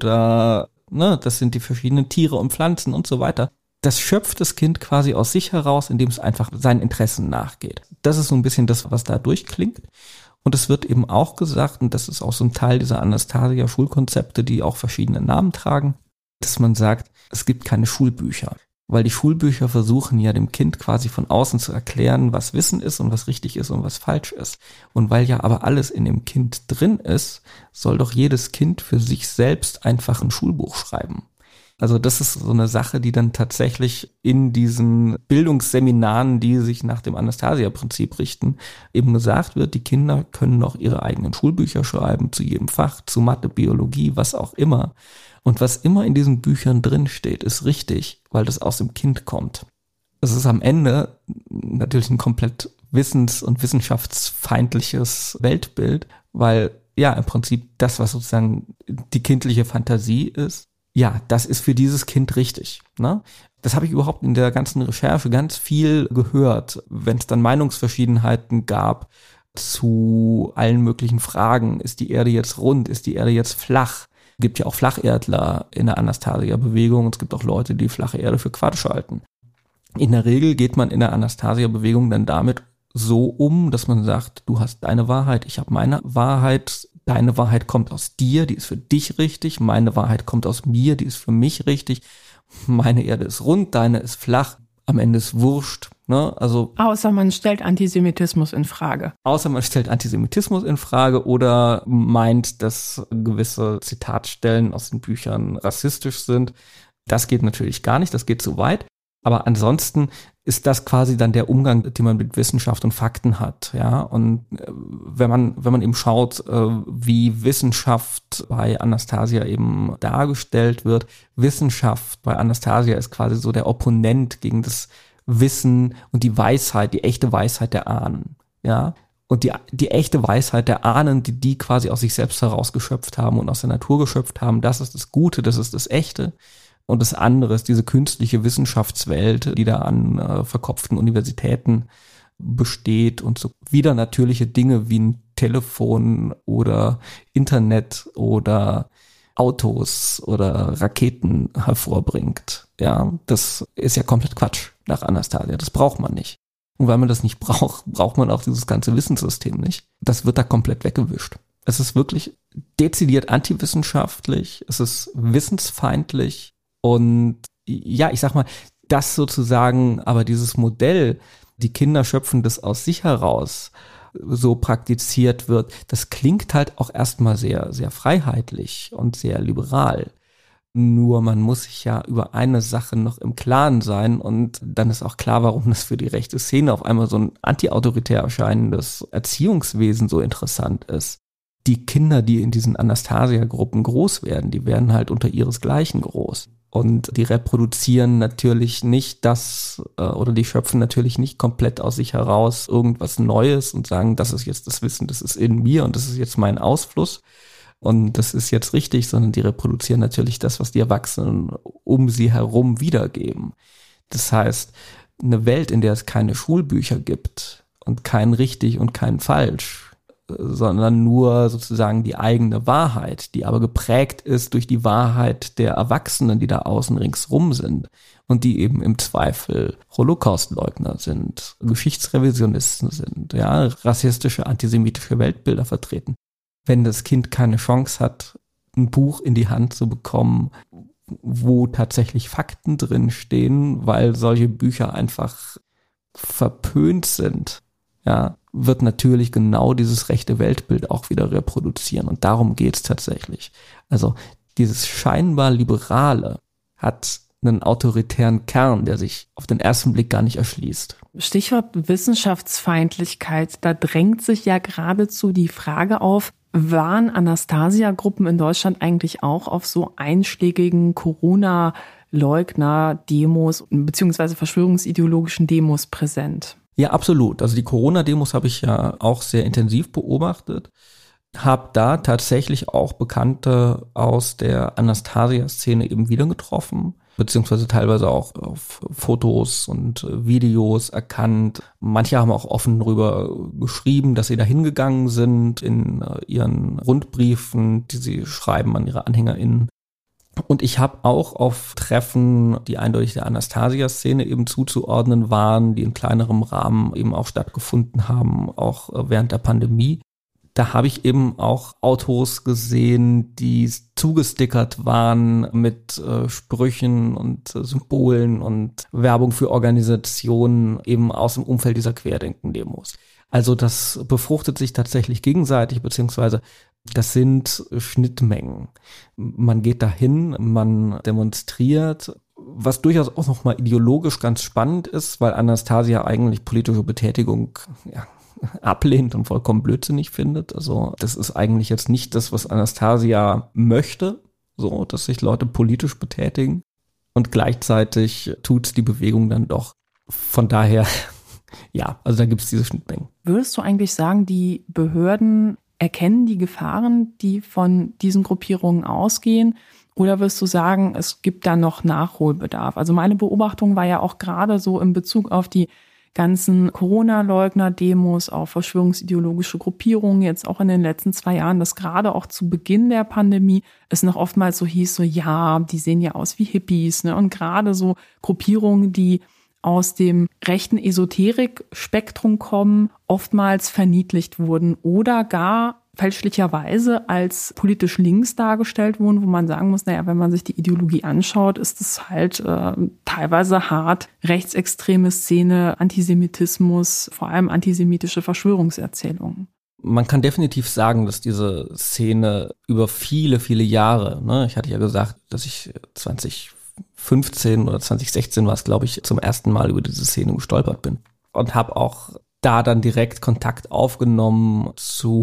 oder das sind die verschiedenen Tiere und Pflanzen und so weiter. Das schöpft das Kind quasi aus sich heraus, indem es einfach seinen Interessen nachgeht. Das ist so ein bisschen das, was da durchklingt. Und es wird eben auch gesagt, und das ist auch so ein Teil dieser Anastasia-Schulkonzepte, die auch verschiedene Namen tragen, dass man sagt, es gibt keine Schulbücher. Weil die Schulbücher versuchen ja dem Kind quasi von außen zu erklären, was Wissen ist und was richtig ist und was falsch ist. Und weil ja aber alles in dem Kind drin ist, soll doch jedes Kind für sich selbst einfach ein Schulbuch schreiben. Also das ist so eine Sache, die dann tatsächlich in diesen Bildungsseminaren, die sich nach dem Anastasia-Prinzip richten, eben gesagt wird, die Kinder können doch ihre eigenen Schulbücher schreiben, zu jedem Fach, zu Mathe, Biologie, was auch immer. Und was immer in diesen Büchern drin steht, ist richtig, weil das aus dem Kind kommt. Es ist am Ende natürlich ein komplett wissens- und wissenschaftsfeindliches Weltbild, weil ja im Prinzip das, was sozusagen die kindliche Fantasie ist, ja, das ist für dieses Kind richtig. Ne? Das habe ich überhaupt in der ganzen Recherche ganz viel gehört, wenn es dann Meinungsverschiedenheiten gab zu allen möglichen Fragen. Ist die Erde jetzt rund? Ist die Erde jetzt flach? Es gibt ja auch Flacherdler in der Anastasia-Bewegung und es gibt auch Leute, die flache Erde für Quatsch halten. In der Regel geht man in der Anastasia-Bewegung dann damit so um, dass man sagt, du hast deine Wahrheit, ich habe meine Wahrheit, deine Wahrheit kommt aus dir, die ist für dich richtig, meine Wahrheit kommt aus mir, die ist für mich richtig. Meine Erde ist rund, deine ist flach, am Ende ist wurscht. Ne? Also
außer man stellt Antisemitismus in Frage.
Außer man stellt Antisemitismus in Frage oder meint, dass gewisse Zitatstellen aus den Büchern rassistisch sind. Das geht natürlich gar nicht, das geht zu weit. Aber ansonsten ist das quasi dann der Umgang, den man mit Wissenschaft und Fakten hat, ja. Und wenn man eben schaut, wie Wissenschaft bei Anastasia eben dargestellt wird, Wissenschaft bei Anastasia ist quasi so der Opponent gegen das Wissen und die Weisheit, die echte Weisheit der Ahnen, ja. Und die echte Weisheit der Ahnen, die quasi aus sich selbst herausgeschöpft haben und aus der Natur geschöpft haben, das ist das Gute, das ist das Echte. Und das andere ist diese künstliche Wissenschaftswelt, die da an verkopften Universitäten besteht und so wieder natürliche Dinge wie ein Telefon oder Internet oder Autos oder Raketen hervorbringt. Ja, das ist ja komplett Quatsch nach Anastasia. Das braucht man nicht. Und weil man das nicht braucht, braucht man auch dieses ganze Wissenssystem nicht. Das wird da komplett weggewischt. Es ist wirklich dezidiert antiwissenschaftlich. Es ist wissensfeindlich. Und ja, ich sag mal, das sozusagen, aber dieses Modell, die Kinder schöpfen das aus sich heraus, so praktiziert wird, das klingt halt auch erstmal sehr, sehr freiheitlich und sehr liberal. Nur man muss sich ja über eine Sache noch im Klaren sein und dann ist auch klar, warum das für die rechte Szene auf einmal so ein antiautoritär erscheinendes Erziehungswesen so interessant ist. Die Kinder, die in diesen Anastasia-Gruppen groß werden, die werden halt unter ihresgleichen groß. Und die reproduzieren natürlich nicht das, oder die schöpfen natürlich nicht komplett aus sich heraus irgendwas Neues und sagen, das ist jetzt das Wissen, das ist in mir und das ist jetzt mein Ausfluss und das ist jetzt richtig, sondern die reproduzieren natürlich das, was die Erwachsenen um sie herum wiedergeben. Das heißt, eine Welt, in der es keine Schulbücher gibt und kein richtig und kein falsch, sondern nur sozusagen die eigene Wahrheit, die aber geprägt ist durch die Wahrheit der Erwachsenen, die da außen ringsrum sind und die eben im Zweifel Holocaustleugner sind, Geschichtsrevisionisten sind, ja, rassistische, antisemitische Weltbilder vertreten. Wenn das Kind keine Chance hat, ein Buch in die Hand zu bekommen, wo tatsächlich Fakten drin stehen, weil solche Bücher einfach verpönt sind, ja, wird natürlich genau dieses rechte Weltbild auch wieder reproduzieren. Und darum geht's tatsächlich. Also dieses scheinbar Liberale hat einen autoritären Kern, der sich auf den ersten Blick gar nicht erschließt.
Stichwort Wissenschaftsfeindlichkeit. Da drängt sich ja geradezu die Frage auf, waren Anastasia-Gruppen in Deutschland eigentlich auch auf so einschlägigen Corona-Leugner-Demos beziehungsweise verschwörungsideologischen Demos präsent?
Ja, absolut. Also die Corona-Demos habe ich ja auch sehr intensiv beobachtet, habe da tatsächlich auch Bekannte aus der Anastasia-Szene eben wieder getroffen, beziehungsweise teilweise auch auf Fotos und Videos erkannt. Manche haben auch offen darüber geschrieben, dass sie da hingegangen sind in ihren Rundbriefen, die sie schreiben an ihre AnhängerInnen. Und ich habe auch auf Treffen, die eindeutig der Anastasia-Szene eben zuzuordnen waren, die in kleinerem Rahmen eben auch stattgefunden haben, auch während der Pandemie. Da habe ich eben auch Autos gesehen, die zugestickert waren mit Sprüchen und Symbolen und Werbung für Organisationen eben aus dem Umfeld dieser Querdenken-Demos. Also das befruchtet sich tatsächlich gegenseitig, beziehungsweise das sind Schnittmengen. Man geht dahin, man demonstriert, was durchaus auch nochmal ideologisch ganz spannend ist, weil Anastasia eigentlich politische Betätigung ablehnt und vollkommen blödsinnig findet. Also das ist eigentlich jetzt nicht das, was Anastasia möchte, so, dass sich Leute politisch betätigen. Und gleichzeitig tut's die Bewegung dann doch. Von daher, ja, also da gibt's diese Schnittmengen.
Würdest du eigentlich sagen, die Behörden erkennen die Gefahren, die von diesen Gruppierungen ausgehen? Oder wirst du sagen, es gibt da noch Nachholbedarf? Also meine Beobachtung war ja auch gerade so in Bezug auf die ganzen Corona-Leugner-Demos, auf verschwörungsideologische Gruppierungen, jetzt auch in den letzten 2 Jahren, dass gerade auch zu Beginn der Pandemie es noch oftmals so hieß, so ja, die sehen ja aus wie Hippies, ne? Und gerade so Gruppierungen, die aus dem rechten Esoterik-Spektrum kommen, oftmals verniedlicht wurden oder gar fälschlicherweise als politisch links dargestellt wurden, wo man sagen muss, naja, wenn man sich die Ideologie anschaut, ist es halt teilweise hart rechtsextreme Szene, Antisemitismus, vor allem antisemitische Verschwörungserzählungen.
Man kann definitiv sagen, dass diese Szene über viele, viele Jahre, ne, ich hatte ja gesagt, dass ich 2015 oder 2016 war es, glaube ich, zum ersten Mal über diese Szene gestolpert bin und habe auch da dann direkt Kontakt aufgenommen zu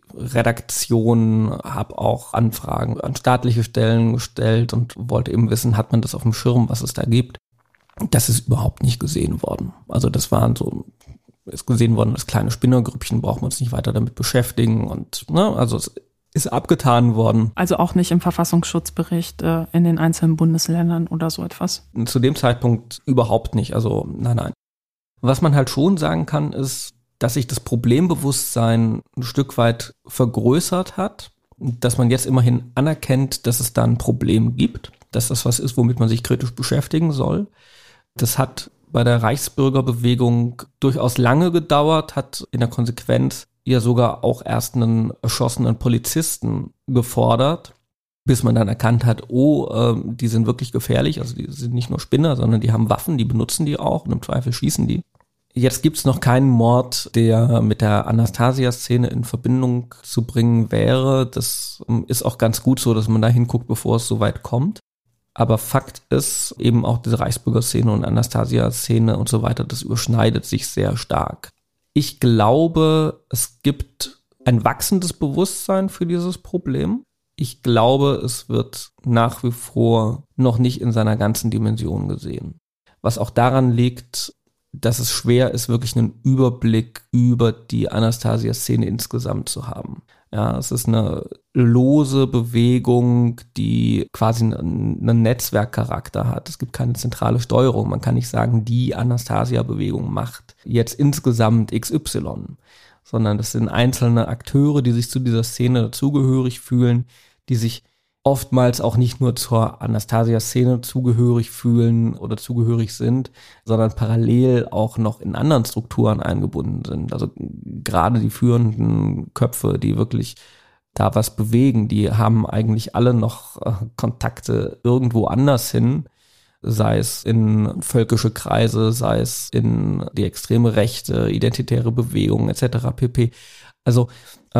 Redaktionen, habe auch Anfragen an staatliche Stellen gestellt und wollte eben wissen, hat man das auf dem Schirm, was es da gibt. Das ist überhaupt nicht gesehen worden. Also das waren so, ist gesehen worden, das kleine Spinnergrüppchen, brauchen wir uns nicht weiter damit beschäftigen und ne, also es ist abgetan worden.
Also auch nicht im Verfassungsschutzbericht in den einzelnen Bundesländern oder so etwas?
Zu dem Zeitpunkt überhaupt nicht, also nein. Was man halt schon sagen kann, ist, dass sich das Problembewusstsein ein Stück weit vergrößert hat, dass man jetzt immerhin anerkennt, dass es da ein Problem gibt, dass das was ist, womit man sich kritisch beschäftigen soll. Das hat bei der Reichsbürgerbewegung durchaus lange gedauert, hat in der Konsequenz ja sogar auch erst einen erschossenen Polizisten gefordert, bis man dann erkannt hat, die sind wirklich gefährlich, also die sind nicht nur Spinner, sondern die haben Waffen, die benutzen die auch und im Zweifel schießen die. Jetzt gibt's noch keinen Mord, der mit der Anastasia-Szene in Verbindung zu bringen wäre. Das ist auch ganz gut so, dass man da hinguckt, bevor es so weit kommt. Aber Fakt ist eben auch diese Reichsbürger-Szene und Anastasia-Szene und so weiter, das überschneidet sich sehr stark. Ich glaube, es gibt ein wachsendes Bewusstsein für dieses Problem. Ich glaube, es wird nach wie vor noch nicht in seiner ganzen Dimension gesehen. Was auch daran liegt, dass es schwer ist, wirklich einen Überblick über die Anastasia-Szene insgesamt zu haben. Ja, es ist eine lose Bewegung, die quasi einen Netzwerkcharakter hat. Es gibt keine zentrale Steuerung. Man kann nicht sagen, die Anastasia-Bewegung macht jetzt insgesamt XY, sondern das sind einzelne Akteure, die sich zu dieser Szene zugehörig fühlen, die sich oftmals auch nicht nur zur Anastasia-Szene zugehörig fühlen oder zugehörig sind, sondern parallel auch noch in anderen Strukturen eingebunden sind. Also gerade die führenden Köpfe, die wirklich da was bewegen, die haben eigentlich alle noch Kontakte irgendwo anders hin, sei es in völkische Kreise, sei es in die extreme Rechte, identitäre Bewegungen etc. pp. Also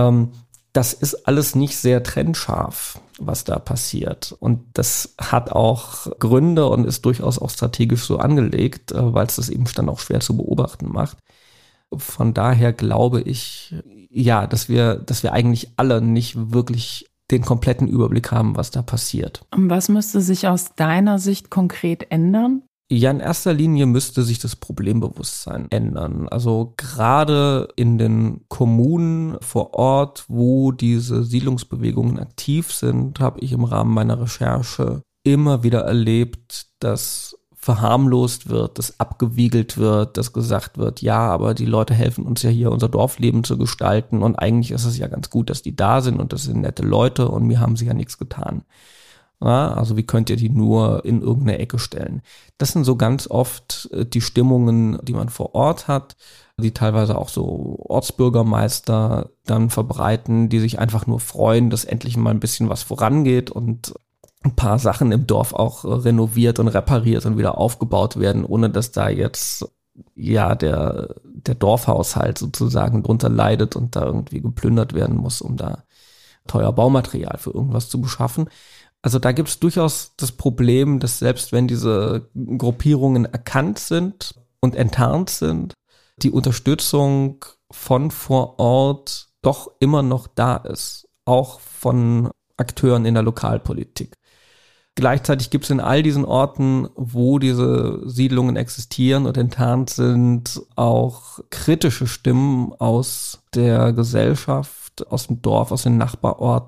das ist alles nicht sehr trennscharf, was da passiert. Und das hat auch Gründe und ist durchaus auch strategisch so angelegt, weil es das eben dann auch schwer zu beobachten macht. Von daher glaube ich, ja, dass wir eigentlich alle nicht wirklich den kompletten Überblick haben, was da passiert.
Und was müsste sich aus deiner Sicht konkret ändern?
Ja, in erster Linie müsste sich das Problembewusstsein ändern. Also gerade in den Kommunen vor Ort, wo diese Siedlungsbewegungen aktiv sind, habe ich im Rahmen meiner Recherche immer wieder erlebt, dass verharmlost wird, dass abgewiegelt wird, dass gesagt wird, ja, aber die Leute helfen uns ja hier, unser Dorfleben zu gestalten und eigentlich ist es ja ganz gut, dass die da sind und das sind nette Leute und mir haben sie ja nichts getan. Ja, also wie könnt ihr die nur in irgendeine Ecke stellen? Das sind so ganz oft die Stimmungen, die man vor Ort hat, die teilweise auch so Ortsbürgermeister dann verbreiten, die sich einfach nur freuen, dass endlich mal ein bisschen was vorangeht und ein paar Sachen im Dorf auch renoviert und repariert und wieder aufgebaut werden, ohne dass da jetzt ja der Dorfhaushalt sozusagen drunter leidet und da irgendwie geplündert werden muss, um da teuer Baumaterial für irgendwas zu beschaffen. Also da gibt es durchaus das Problem, dass selbst wenn diese Gruppierungen erkannt sind und enttarnt sind, die Unterstützung von vor Ort doch immer noch da ist, auch von Akteuren in der Lokalpolitik. Gleichzeitig gibt es in all diesen Orten, wo diese Siedlungen existieren und enttarnt sind, auch kritische Stimmen aus der Gesellschaft, aus dem Dorf, aus den Nachbarorten,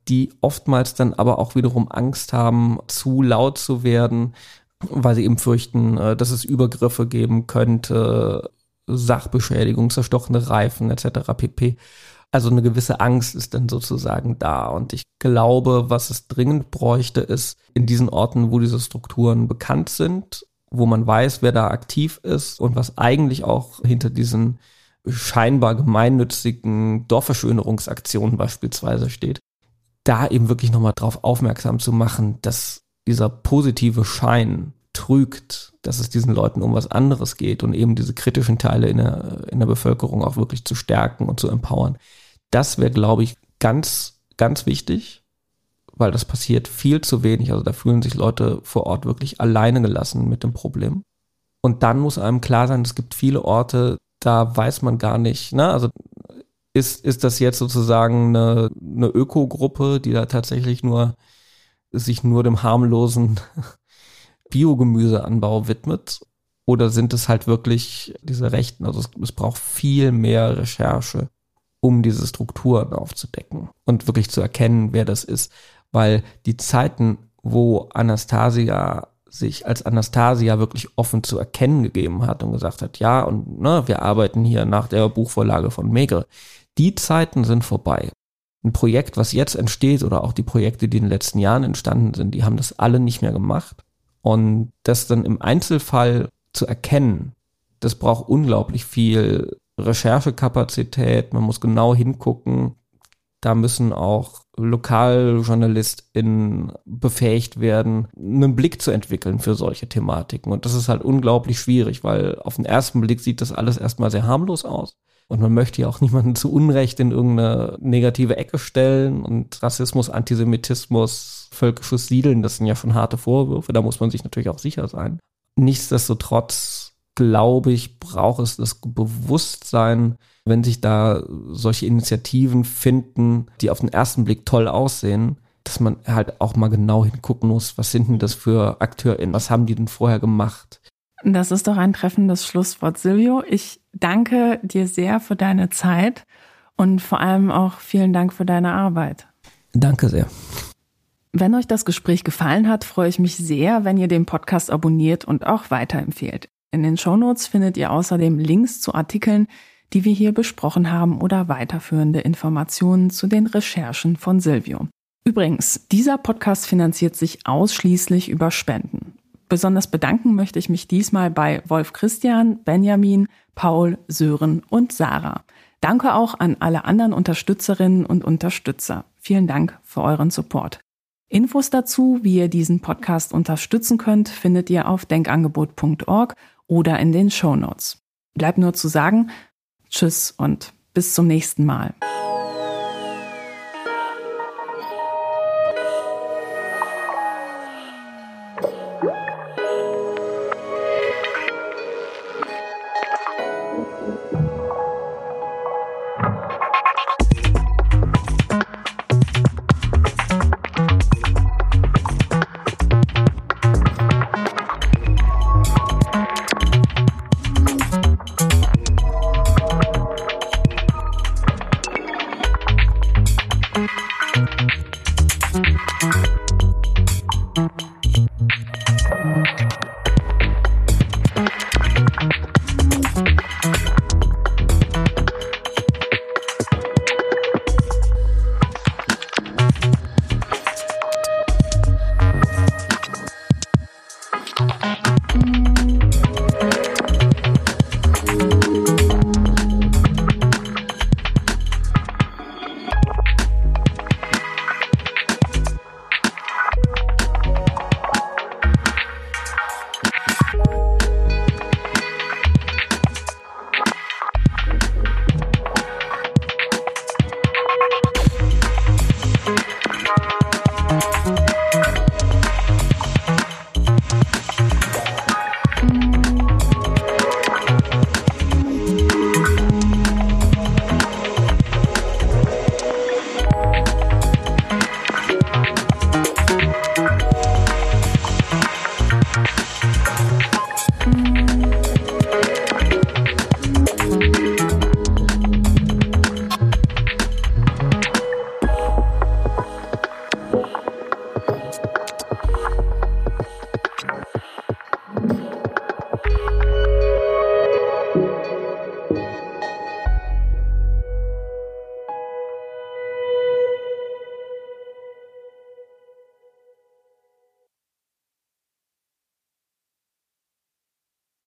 die oftmals dann aber auch wiederum Angst haben, zu laut zu werden, weil sie eben fürchten, dass es Übergriffe geben könnte, Sachbeschädigung, zerstochene Reifen etc. pp. Also eine gewisse Angst ist dann sozusagen da. Und ich glaube, was es dringend bräuchte, ist in diesen Orten, wo diese Strukturen bekannt sind, wo man weiß, wer da aktiv ist und was eigentlich auch hinter diesen scheinbar gemeinnützigen Dorfverschönerungsaktionen beispielsweise steht, da eben wirklich nochmal drauf aufmerksam zu machen, dass dieser positive Schein trügt, dass es diesen Leuten um was anderes geht und eben diese kritischen Teile in der Bevölkerung auch wirklich zu stärken und zu empowern. Das wäre, glaube ich, ganz, ganz wichtig, weil das passiert viel zu wenig. Also da fühlen sich Leute vor Ort wirklich alleine gelassen mit dem Problem. Und dann muss einem klar sein, es gibt viele Orte, da weiß man gar nicht, ne? Also ist das jetzt sozusagen eine Ökogruppe, die da tatsächlich sich nur dem harmlosen Biogemüseanbau widmet? Oder sind es halt wirklich diese Rechten? Also es braucht viel mehr Recherche, um diese Strukturen aufzudecken und wirklich zu erkennen, wer das ist. Weil die Zeiten, wo Anastasia sich als Anastasia wirklich offen zu erkennen gegeben hat und gesagt hat, ja, und wir arbeiten hier nach der Buchvorlage von Maigret, die Zeiten sind vorbei. Ein Projekt, was jetzt entsteht oder auch die Projekte, die in den letzten Jahren entstanden sind, die haben das alle nicht mehr gemacht. Und das dann im Einzelfall zu erkennen, das braucht unglaublich viel Recherchekapazität, man muss genau hingucken. Da müssen auch LokaljournalistInnen befähigt werden, einen Blick zu entwickeln für solche Thematiken. Und das ist halt unglaublich schwierig, weil auf den ersten Blick sieht das alles erstmal sehr harmlos aus. Und man möchte ja auch niemanden zu Unrecht in irgendeine negative Ecke stellen. Und Rassismus, Antisemitismus, völkisches Siedeln, das sind ja schon harte Vorwürfe. Da muss man sich natürlich auch sicher sein. Nichtsdestotrotz, glaube ich, braucht es das Bewusstsein, wenn sich da solche Initiativen finden, die auf den ersten Blick toll aussehen, dass man halt auch mal genau hingucken muss, was sind denn das für AkteurInnen, was haben die denn vorher gemacht?
Das ist doch ein treffendes Schlusswort, Silvio. Ich danke dir sehr für deine Zeit und vor allem auch vielen Dank für deine Arbeit.
Danke sehr.
Wenn euch das Gespräch gefallen hat, freue ich mich sehr, wenn ihr den Podcast abonniert und auch weiterempfehlt. In den Shownotes findet ihr außerdem Links zu Artikeln, die wir hier besprochen haben oder weiterführende Informationen zu den Recherchen von Silvio. Übrigens, dieser Podcast finanziert sich ausschließlich über Spenden. Besonders bedanken möchte ich mich diesmal bei Wolf Christian, Benjamin, Paul, Sören und Sarah. Danke auch an alle anderen Unterstützerinnen und Unterstützer. Vielen Dank für euren Support. Infos dazu, wie ihr diesen Podcast unterstützen könnt, findet ihr auf denkangebot.org oder in den Shownotes. Bleibt nur zu sagen, tschüss und bis zum nächsten Mal.